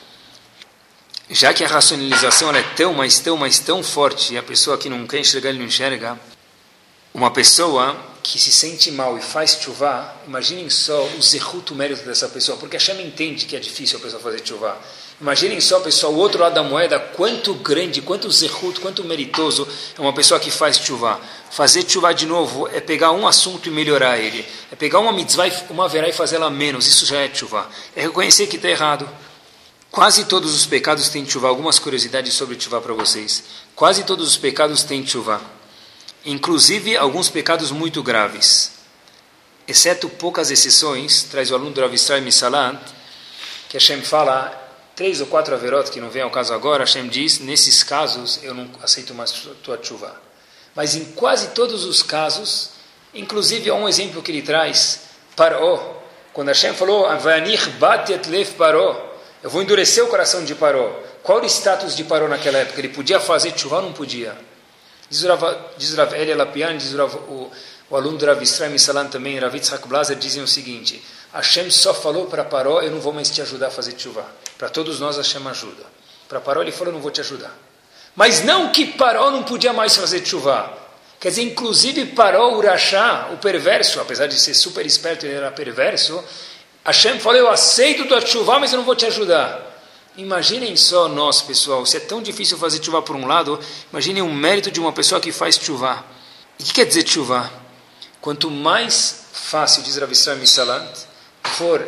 Já que a racionalização ela é tão, mas tão forte, e a pessoa que não quer enxergar, ele não enxerga, uma pessoa que se sente mal e faz tchuvá, imaginem só o zehut, o mérito dessa pessoa, porque a Hashem entende que é difícil a pessoa fazer tchuvá. Imaginem só, pessoal, o outro lado da moeda, quanto grande, quanto zehut, quanto meritoso é uma pessoa que faz tchuvá. Fazer tchuvá de novo é pegar um assunto e melhorar ele. É pegar uma mitzvah, uma verá e fazer ela menos. Isso já é tchuvá. É reconhecer que está errado. Quase todos os pecados têm tchuvá. Algumas curiosidades sobre tchuvá para vocês. Quase todos os pecados têm tchuvá. Inclusive alguns pecados muito graves. Exceto poucas exceções, traz o aluno do Rav Israel Misalant, que Hashem fala 3 ou 4 averot, que não vem ao caso agora, Hashem diz, nesses casos eu não aceito mais tua tchuvá. Mas em quase todos os casos, inclusive há um exemplo que ele traz, Paró, quando Hashem falou, Avanich batet lev Paró, eu vou endurecer o coração de Paró. Qual era o status de Paró naquela época? Ele podia fazer tchuvá ou não podia? Diz Rav Eli Alapian, diz o aluno do Rav Israel Misalan também, Rav Yitzhak Blazer, dizem o seguinte, Hashem só falou para Paró, eu não vou mais te ajudar a fazer tchuvá. Para todos nós Hashem ajuda. Para Paró ele falou, eu não vou te ajudar. Mas não que Paró não podia mais fazer tchuvá. Quer dizer, inclusive Paró, o Rashá, o perverso, apesar de ser super esperto, ele era perverso, Hashem falou, eu aceito tua tchuvá, mas eu não vou te ajudar. Imaginem só nós, pessoal, se é tão difícil fazer tchuvá por um lado, imaginem o mérito de uma pessoa que faz tchuvá. E o que quer dizer tchuvá? Quanto mais fácil, diz Rav Israel Misalant, for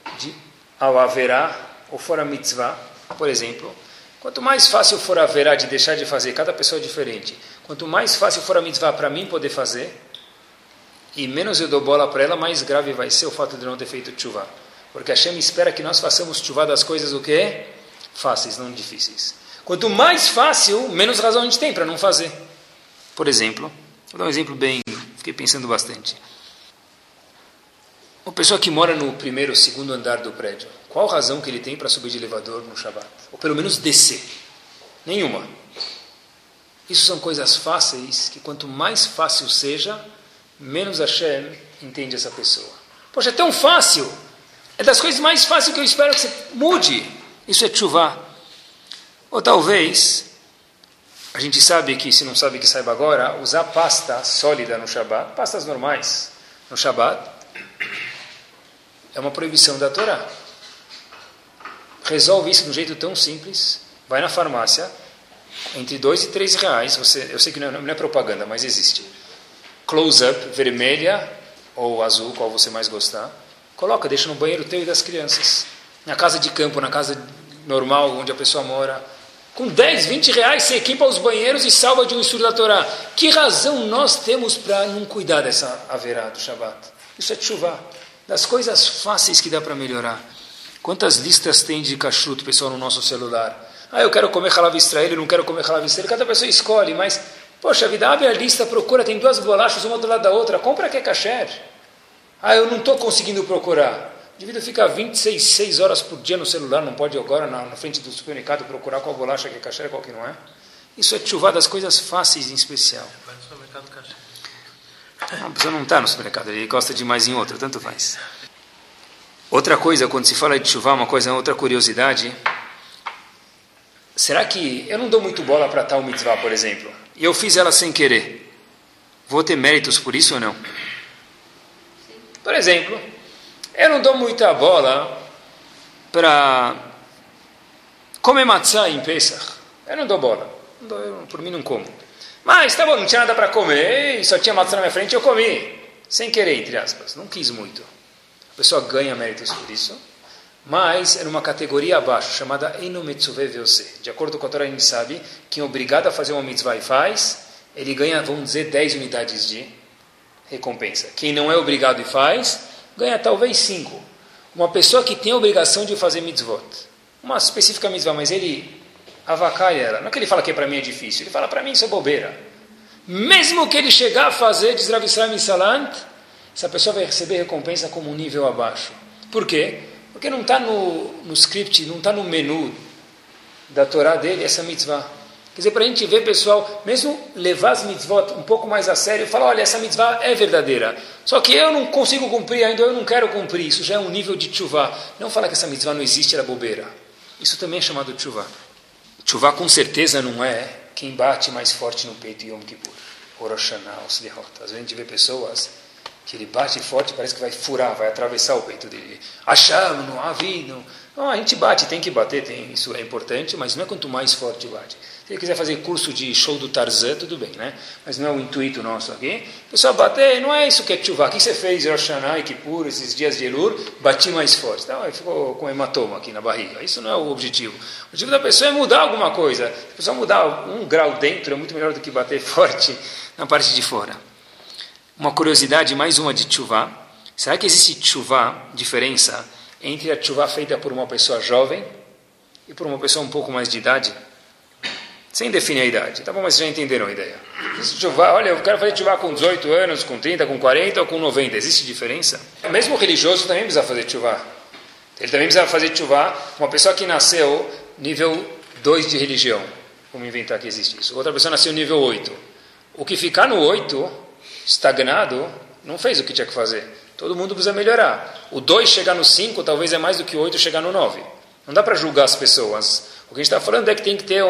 ao haverá, ou for a mitzvah, por exemplo, quanto mais fácil for a haverá de deixar de fazer, cada pessoa é diferente, quanto mais fácil for a mitzvah para mim poder fazer, e menos eu dou bola para ela, mais grave vai ser o fato de não ter feito tchuvá. Porque Hashem espera que nós façamos tchuvá das coisas o quê? Fáceis, não difíceis. Quanto mais fácil, menos razão a gente tem para não fazer. Por exemplo, vou dar um exemplo bem, fiquei pensando bastante. Uma pessoa que mora no primeiro ou segundo andar do prédio, qual razão que ele tem para subir de elevador no Shabbat? Ou pelo menos descer? Nenhuma. Isso são coisas fáceis, que quanto mais fácil seja, menos Hashem entende essa pessoa. Poxa, é tão fácil. É das coisas mais fáceis que eu espero que você mude. Isso é tchuvá. Ou talvez, a gente sabe que, se não sabe que saiba agora, usar pasta sólida no Shabbat, pastas normais no Shabbat, é uma proibição da Torá. Resolve isso de um jeito tão simples. Vai na farmácia, entre 2 e 3 reais, eu sei que não é propaganda, mas existe. Close-up, vermelha ou azul, qual você mais gostar. Coloca, deixa no banheiro teu e das crianças. Na casa de campo, na casa normal, onde a pessoa mora. Com 10, 20 reais, você equipa os banheiros e salva de um estudo da Torá. Que razão nós temos para não cuidar dessa haverá do Shabbat? Isso é tchuvá. Das coisas fáceis que dá para melhorar. Quantas listas tem de kashrut, pessoal, no nosso celular? Eu quero comer halav Israel, eu não quero comer halav Israel. Cada pessoa escolhe, mas, poxa vida, abre a lista, procura, tem 2 bolachas, uma do lado da outra. Compra que é kasher. Eu não estou conseguindo procurar. Devido a ficar 26 horas por dia no celular, não pode agora, na frente do supermercado, procurar qual bolacha que é kasher e qual que não é. Isso é tchuvá das coisas fáceis em especial. Vai no supermercado kasher. A pessoa não está no supermercado, ele gosta de mais em outro, tanto faz. Outra coisa, quando se fala de tchuvá, outra curiosidade, será que eu não dou muito bola para tal mitzvah, por exemplo, e eu fiz ela sem querer? Vou ter méritos por isso ou não? Por exemplo, eu não dou muita bola para comer matzah em Pesach. Eu não dou bola. Por mim não como. Mas, tá bom, não tinha nada para comer, e só tinha matzah na minha frente, eu comi. Sem querer, entre aspas. Não quis muito. A pessoa ganha méritos por isso. Mas é numa categoria abaixo, chamada Eino Metzuve Veose. De acordo com a Torá, a gente sabe que é obrigado a fazer uma mitzvah e faz, ele ganha, vamos dizer, 10 unidades de recompensa. Quem não é obrigado e faz, ganha talvez 5. Uma pessoa que tem a obrigação de fazer mitzvot, uma específica mitzvah, mas ele avacalha ela. Não é que ele fala que para mim é difícil, ele fala para mim isso é bobeira. Mesmo que ele chegar a fazer de Rav Israel Misalant, essa pessoa vai receber recompensa como um nível abaixo. Por quê? Porque não está no script, não está no menu da Torá dele essa mitzvah. Quer dizer, para a gente ver, pessoal, mesmo levar as mitzvot um pouco mais a sério, falar, olha, essa mitzvah é verdadeira. Só que eu não consigo cumprir ainda, eu não quero cumprir. Isso já é um nível de tchuvá. Não falar que essa mitzvah não existe, era bobeira. Isso também é chamado tchuvá. Tchuvá com certeza não é quem bate mais forte no peito em Yom Kippur. Ou Rosh Hashanah, ou Slichot. Às vezes a gente vê pessoas que ele bate forte, parece que vai furar, vai atravessar o peito dele. Acham, não há vida. Não, a gente bate, tem que bater, isso é importante, mas não é quanto mais forte bate. Se ele quiser fazer curso de show do Tarzan, tudo bem, né? Mas não é o intuito nosso aqui. O pessoal bater, não é isso que é tchuvá. O que você fez, Rosh Hashanah e Kippur, esses dias de Elul, bati mais forte. Então, ele ficou com hematoma aqui na barriga. Isso não é o objetivo. O objetivo da pessoa é mudar alguma coisa. Se a pessoa mudar 1 grau dentro, é muito melhor do que bater forte na parte de fora. Uma curiosidade, mais uma de tchuvá. Será que existe tchuvá, diferença entre a tchuvá feita por uma pessoa jovem e por uma pessoa um pouco mais de idade? Sem definir a idade. Tá bom, mas vocês já entenderam a ideia. Tchuvá, olha, eu quero fazer tchuvá com 18 anos, com 30, com 40 ou com 90. Existe diferença? Mesmo o religioso também precisa fazer tchuvá. Ele também precisa fazer tchuvá. Uma pessoa que nasceu nível 2 de religião. Vamos inventar que existe isso. Outra pessoa nasceu nível 8. O que ficar no 8, estagnado, não fez o que tinha que fazer. Todo mundo precisa melhorar. O 2 chegar no 5 talvez é mais do que o 8 chegar no 9. Não dá para julgar as pessoas. O que a gente está falando é que tem que ter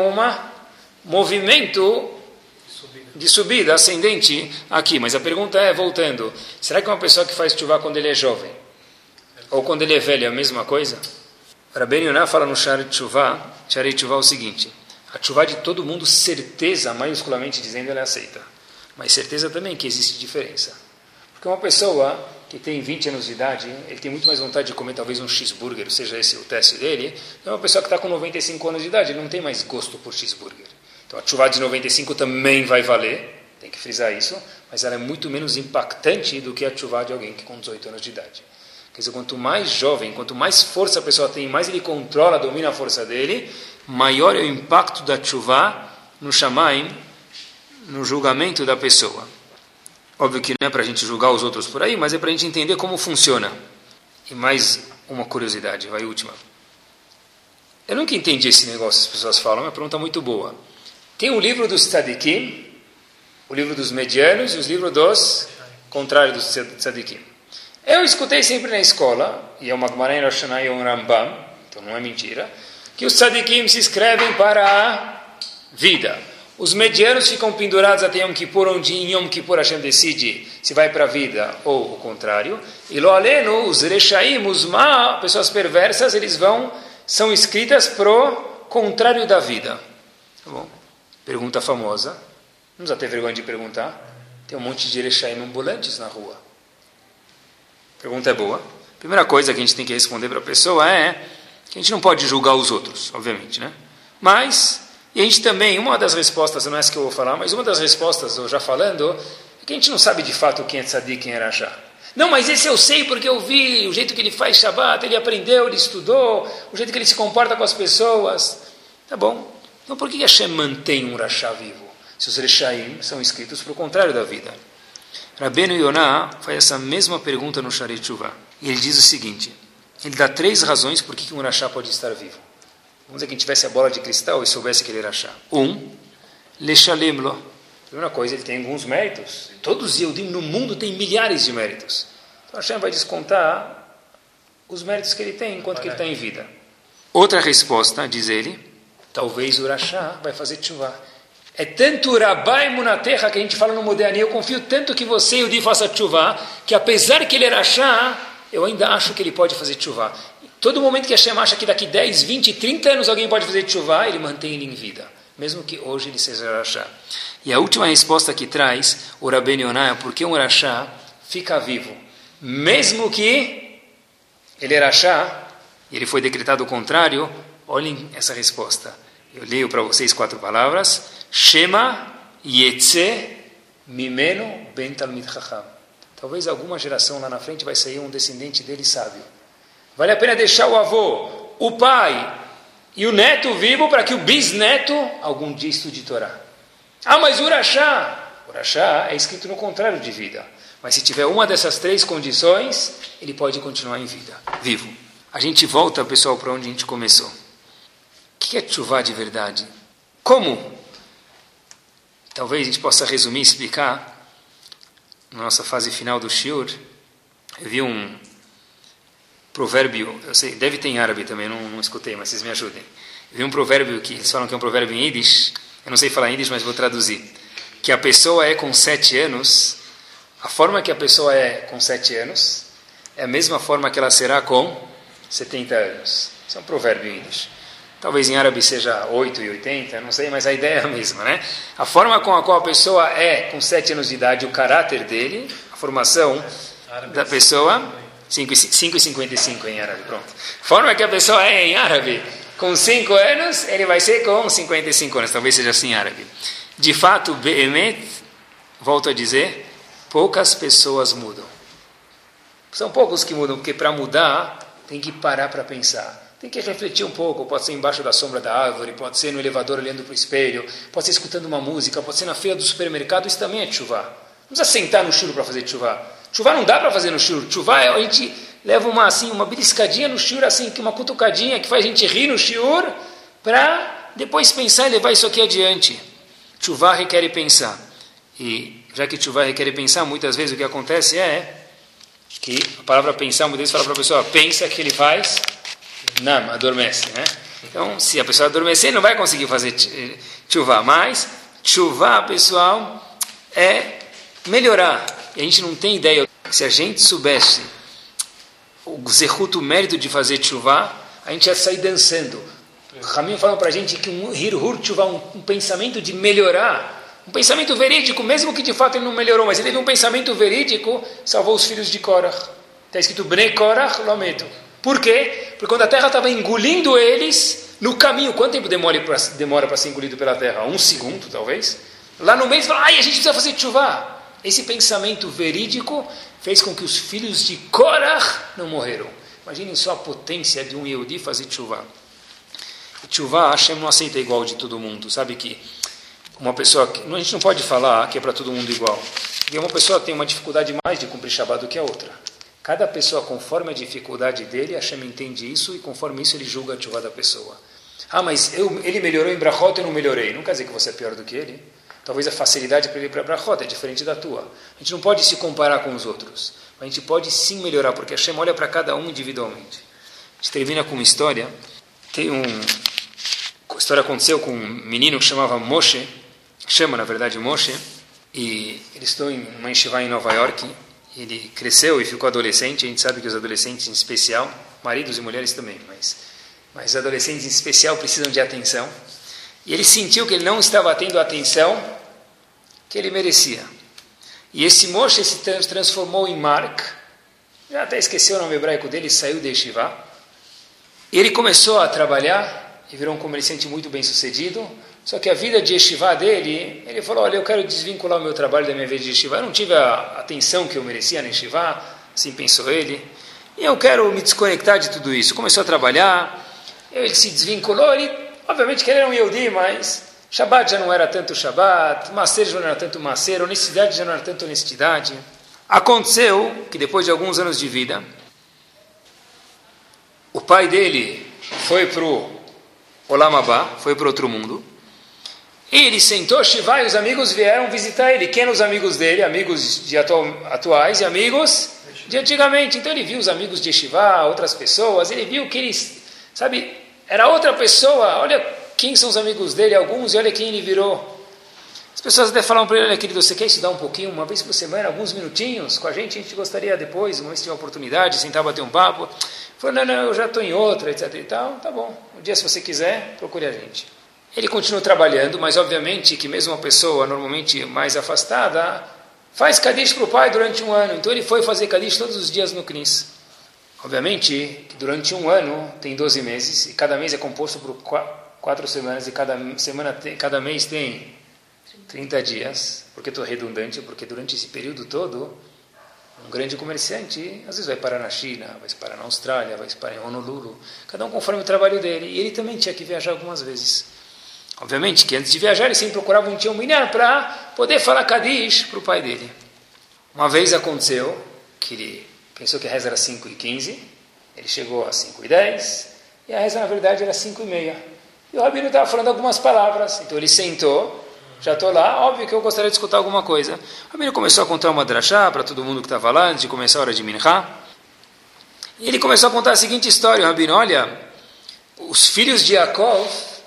movimento de subida ascendente aqui. Mas a pergunta é, voltando, será que uma pessoa que faz tchuvá quando ele é jovem ou quando ele é velho é a mesma coisa? Rabbeinu Yonah fala no Sharei Tchuvá o seguinte: a tchuvá de todo mundo, certeza, maiusculamente dizendo, ela é aceita. Mas certeza também que existe diferença. Porque uma pessoa que tem 20 anos de idade, ele tem muito mais vontade de comer talvez um cheeseburger, seja esse o teste dele, é uma pessoa que está com 95 anos de idade, ele não tem mais gosto por cheeseburger. Então a tchuvá de 95 também vai valer, tem que frisar isso, mas ela é muito menos impactante do que a tchuvá de alguém que com 18 anos de idade. Quer dizer, quanto mais jovem, quanto mais força a pessoa tem, mais ele controla, domina a força dele, maior é o impacto da tchuvá no Shamayim, no julgamento da pessoa. Óbvio que não é para a gente julgar os outros por aí, mas é para a gente entender como funciona. E mais uma curiosidade, vai última. Eu nunca entendi esse negócio, as pessoas falam, é uma pergunta muito boa. Tem o livro dos tzadikim, o livro dos medianos e os livros dos contrários dos tzadikim. Eu escutei sempre na escola, e é uma Gemara em Rosh Hashanah e um Rambam, então não é mentira, que os tzadikim se escrevem para a vida. Os medianos ficam pendurados até Yom Kippur, onde em Yom Kippur Hashem decide se vai para a vida ou o contrário. E lo aleno, os rechaim, os ma, pessoas perversas, são escritas pro contrário da vida. Tá bom? Pergunta famosa. Não precisa ter vergonha de perguntar. Tem um monte de rechaim ambulantes na rua. Pergunta é boa. Primeira coisa que a gente tem que responder para a pessoa é que a gente não pode julgar os outros, obviamente, né? Mas, e a gente também, uma das respostas, não é essa que eu vou falar, mas uma das respostas, eu já falando, é que a gente não sabe de fato quem é tzadik, quem é rachá. Não, mas esse eu sei porque eu vi o jeito que ele faz Shabbat, ele aprendeu, ele estudou, o jeito que ele se comporta com as pessoas. Tá bom. Então por que Hashem mantém um rachá vivo? Se os rechaim são escritos para o contrário da vida. Rabbeinu Yonah faz essa mesma pergunta no Shaarei Teshuvah. E ele diz o seguinte, ele dá 3 razões por que um rachá pode estar vivo. Vamos dizer que a gente tivesse a bola de cristal e soubesse que ele era rachá. 1, Leshalem lo. Primeira coisa, ele tem alguns méritos. Todos os Yehudim no mundo têm milhares de méritos. Então Hashem vai descontar os méritos que ele tem enquanto que ele está em vida. Outra resposta, diz ele, talvez o rachá vai fazer teshuvah. É tanto Rabai Munatecha que a gente fala no Modéani, eu confio tanto que você, Yehudi, faça teshuvah, que apesar que ele é rachá, eu ainda acho que ele pode fazer teshuvah. Todo momento que Hashem acha que daqui 10, 20, 30 anos alguém pode fazer teshuvah, ele mantém ele em vida. Mesmo que hoje ele seja rachá. E a última resposta que traz o Rabbeinu Yonah é porque um rachá fica vivo. Mesmo que ele é rachá, e ele foi decretado o contrário, olhem essa resposta. Eu leio para vocês 4 palavras. Shema Yetze Mimeno Ben Talmid Chacham. Talvez alguma geração lá na frente vai sair um descendente dele sábio. Vale a pena deixar o avô, o pai e o neto vivo para que o bisneto algum dia estude Torá. Ah, mas o rachá é escrito no contrário de vida. Mas se tiver uma dessas 3 condições, ele pode continuar em vida, vivo. A gente volta, pessoal, para onde a gente começou. O que é teshuvah de verdade? Como? Talvez a gente possa resumir e explicar, na nossa fase final do shiur, eu vi um provérbio, eu sei, deve ter em árabe também, não escutei, mas vocês me ajudem. Eu vi um provérbio que eles falam que é um provérbio em Yiddish, eu não sei falar Yiddish, mas vou traduzir, que a pessoa é com 7 anos, a forma que a pessoa é com 7 anos, é a mesma forma que ela será com 70 anos. Isso é um provérbio em Yiddish. Talvez em árabe seja 8 e 80, não sei, mas a ideia é a mesma, né? A forma com a qual a pessoa é com 7 anos de idade, o caráter dele, a formação da pessoa, 5 e 55 em árabe, pronto. A forma que a pessoa é em árabe, com 5 anos, ele vai ser com 55 anos, talvez seja assim em árabe. De fato, Be'emet, volto a dizer, poucas pessoas mudam. São poucos que mudam, porque para mudar, tem que parar para pensar. Tem que refletir um pouco, pode ser embaixo da sombra da árvore, pode ser no elevador olhando para o espelho, pode ser escutando uma música, pode ser na feira do supermercado, isso também é teshuvah. Não precisa sentar no shiur para fazer teshuvah. Teshuvah não dá para fazer no shiur. Teshuvah a gente leva uma beliscadinha no shiur, assim, uma cutucadinha que faz a gente rir no shiur, para depois pensar e levar isso aqui adiante. Teshuvah requer pensar. E já que teshuvah requer pensar, muitas vezes o que acontece é que a palavra pensar, muitas vezes fala para a pessoa, pensa que ele faz... Não, adormece, né? Então, se a pessoa adormecer, não vai conseguir fazer teshuvah. Mas, teshuvah, pessoal, é melhorar. E a gente não tem ideia. Se a gente soubesse o zehut, o mérito de fazer teshuvah, a gente ia sair dançando. O Ramim falou para a gente que um hirhur teshuvah, um pensamento de melhorar, um pensamento verídico, mesmo que de fato ele não melhorou, mas ele teve um pensamento verídico, salvou os filhos de Korach. Está escrito, Bnei Korach Lometu. Por quê? Porque quando a terra estava engolindo eles, no caminho, quanto tempo demora para ser engolido pela terra? 1 segundo, talvez? Lá no meio, eles falaram, a gente precisa fazer teshuvah. Esse pensamento verídico fez com que os filhos de Korach não morreram. Imaginem só a potência de um Yehudi fazer teshuvah. Teshuvah, Hashem não aceita igual de todo mundo. Sabe que uma pessoa, a gente não pode falar que é para todo mundo igual. Porque uma pessoa tem uma dificuldade mais de cumprir Shabbat do que a outra. Cada pessoa, conforme a dificuldade dele, Hashem entende isso e conforme isso ele julga a teshuvah da pessoa. Mas ele melhorou em brachot, eu não melhorei. Não quer dizer que você é pior do que ele. Talvez a facilidade para ele ir para brachot é diferente da tua. A gente não pode se comparar com os outros. Mas a gente pode sim melhorar, porque Hashem olha para cada um individualmente. A gente termina com uma história. A história aconteceu com um menino que chamava Moshe, chama na verdade Moshe, e ele estudou em uma yeshiva em Nova York. Ele cresceu e ficou adolescente. A gente sabe que os adolescentes em especial, maridos e mulheres também, mas adolescentes em especial precisam de atenção. E ele sentiu que ele não estava tendo a atenção que ele merecia. E esse Moshe se transformou em Mark, já até esqueceu o nome hebraico dele, saiu de yeshiva. E ele começou a trabalhar e virou um comerciante muito bem sucedido. Só que a vida de yeshiva dele, ele falou, olha, eu quero desvincular o meu trabalho da minha vida de yeshiva. Eu não tive a atenção que eu merecia na yeshiva, assim pensou ele. E eu quero me desconectar de tudo isso. Começou a trabalhar, ele se desvinculou, ele, obviamente que ele era um Yehudi, mas Shabbat já não era tanto Shabbat, Maser já não era tanto Maser, honestidade já não era tanto honestidade. Aconteceu que depois de alguns anos de vida, o pai dele foi para o Olam Abba, foi para outro mundo, e ele sentou Shiva e os amigos vieram visitar ele. Quem eram os amigos dele? Amigos de atuais e amigos de antigamente. Então ele viu os amigos de Shiva, outras pessoas, ele viu que eles, era outra pessoa. Olha quem são os amigos dele, alguns, e olha quem ele virou. As pessoas até falavam para ele, olha querido, você quer estudar um pouquinho, uma vez por semana, alguns minutinhos com a gente gostaria depois, uma vez que tiver oportunidade, sentar, bater um papo. Falou, não, eu já estou em outra, etc e tal, tá bom, um dia se você quiser, procure a gente. Ele continuou trabalhando, mas obviamente que mesmo uma pessoa normalmente mais afastada, faz Kadish para o pai durante um ano. Então ele foi fazer Kadish todos os dias no Knis. Obviamente que durante um ano tem 12 meses, e cada mês é composto por 4 semanas, e cada mês tem 30 dias. Por que estou redundante? Porque durante esse período todo, um grande comerciante, às vezes vai parar na China, vai parar na Austrália, vai parar em Honolulu, cada um conforme o trabalho dele. E ele também tinha que viajar algumas vezes. Obviamente que antes de viajar ele sempre procurava um tio minyan para poder falar Kadish para o pai dele. Uma vez aconteceu que ele pensou que a reza era 5h15, ele chegou às 5h10, e a reza na verdade era 5h30. E o rabino estava falando algumas palavras, então ele sentou, já estou lá, óbvio que eu gostaria de escutar alguma coisa. O rabino começou a contar uma drashá para todo mundo que estava lá, antes de começar a hora de Minchá. E ele começou a contar a seguinte história, o rabino, olha, os filhos de Yaakov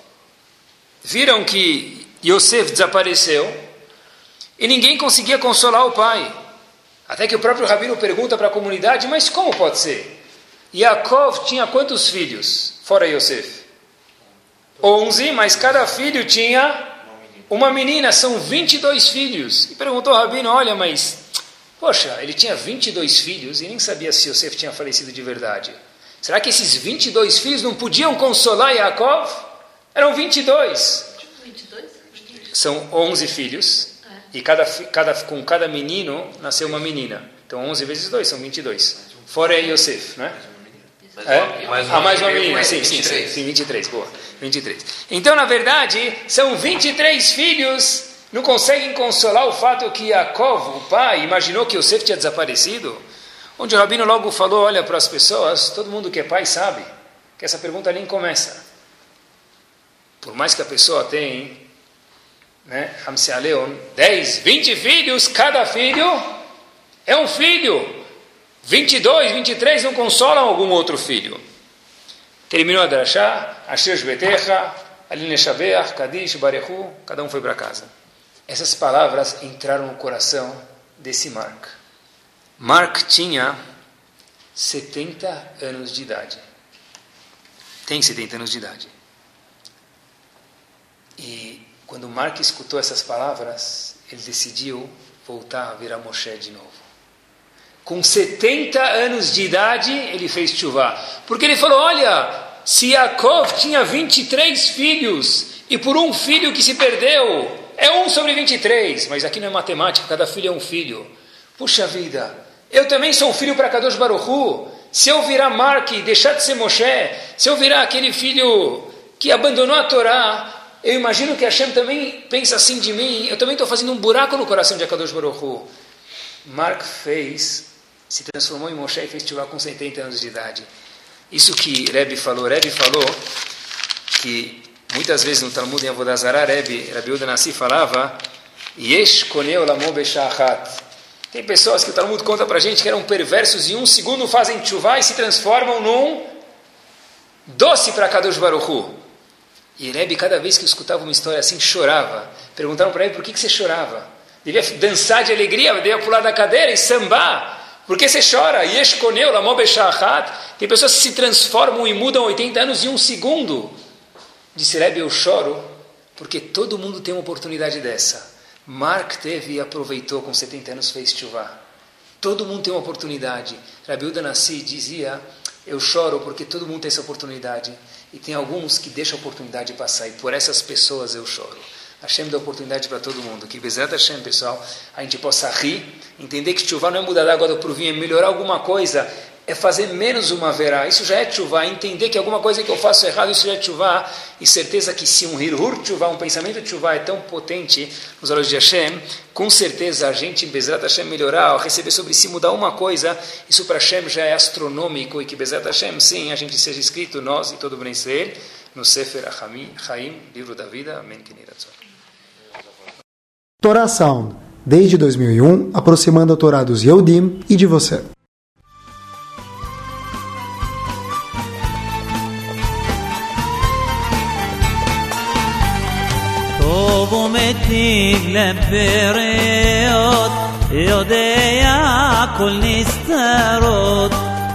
viram que Yosef desapareceu e ninguém conseguia consolar o pai. Até que o próprio rabino pergunta para a comunidade, mas como pode ser? Yaakov tinha quantos filhos, fora Yosef? 11, mas cada filho tinha uma menina, são 22 filhos. E perguntou ao rabino, olha, mas, poxa, ele tinha 22 filhos e nem sabia se Yosef tinha falecido de verdade. Será que esses 22 filhos não podiam consolar Yaakov? Eram 22. 22? São 11 filhos. E com cada menino nasceu uma menina. Então 11 vezes 2 são 22. Fora Yosef, né? Mais uma menina. Sim, 23. Boa. 23. Então, na verdade, são 23 filhos. Não conseguem consolar o fato que Yaakov, o pai, imaginou que Yosef tinha desaparecido. Onde o rabino logo falou, olha para as pessoas, todo mundo que é pai sabe que essa pergunta nem começa. Por mais que a pessoa tenha, Hamse Leon, 10, 20 filhos, cada filho é um filho. 22, 23 não consolam algum outro filho. Terminou a drashá, Asher Shbetecha, Aline Shabeach, Kadish, Barechu, cada um foi para casa. Essas palavras entraram no coração desse Mark. Mark tinha 70 anos de idade. Tem 70 anos de idade. E quando Mark escutou essas palavras, ele decidiu voltar a virar Moshe de novo. Com 70 anos de idade, ele fez tchuvá. Porque ele falou, olha, se Yaakov tinha 23 filhos, e por um filho que se perdeu, é 1 sobre 23, mas aqui não é matemática, cada filho é um filho. Puxa vida, eu também sou um filho para Kadosh Baruch Hu. Se eu virar Mark e deixar de ser Moshe, se eu virar aquele filho que abandonou a Torá, eu imagino que Hashem também pensa assim de mim, eu também estou fazendo um buraco no coração de Kadosh Baruch Hu. Mark se transformou em Moshe e fez tchuvá com 70 anos de idade. Isso que Rebbe falou que muitas vezes no Talmud em Avodah Zarah, Rabi Yehuda Nassi falava, Yesh koneh olamo b'sha'achat. Tem pessoas que o Talmud conta para a gente que eram perversos e em um segundo fazem tchuvá e se transformam num doce para Kadosh Baruch Hu. E Rebbe, cada vez que escutava uma história assim, chorava. Perguntaram para ele, por que você chorava? Devia dançar de alegria, devia pular da cadeira e sambar. Por que você chora? Yesh koneh olamo b'sha'achat. Tem pessoas que se transformam e mudam 80 anos em um segundo. Disse Rebbe, eu choro porque todo mundo tem uma oportunidade dessa. Mark teve e aproveitou, com 70 anos fez tchuvá. Todo mundo tem uma oportunidade. Rabi Yehuda Nassi dizia, eu choro porque todo mundo tem essa oportunidade. E tem alguns que deixam a oportunidade passar. E por essas pessoas eu choro. Hashem dá oportunidade para todo mundo. Que Bezerra Hashem, pessoal, a gente possa rir, entender que tchuvá não é mudar da água do vinho, é melhorar alguma coisa, é fazer menos uma verá. Isso já é tchuvá. Entender que alguma coisa que eu faço errado, isso já é tchuvá. E certeza que se um hirhur tchuvá, um pensamento tchuvá é tão potente nos olhos de Hashem, com certeza a gente, em Bezerra Hashem, melhorar, ao receber sobre si, mudar uma coisa, isso para Hashem já é astronômico. E que Bezerra Hashem, sim, a gente seja escrito, nós e todo o Bnei Israel, no Sefer Chaim, livro da vida. Amém. Torá Sound, desde 2001, aproximando a Torá dos Yehudim e de você. טוב ומטיב לבריות, יודע כל נסתרות,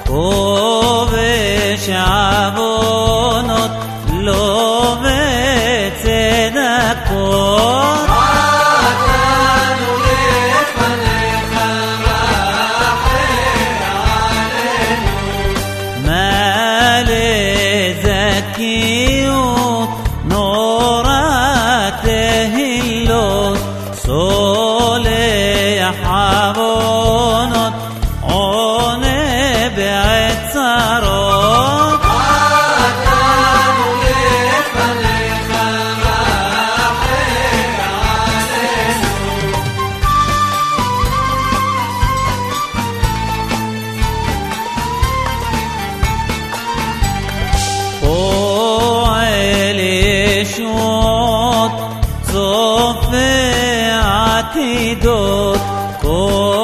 כובש עוונות, לא בצדקות. עתנו לפניך רחם עלינו, מלא זכיות נורא תהילות, סולח עוונות, עונה בעת צרות. עתנו לפניך רחם עלינו. פועל ישועות, צופה עתידות,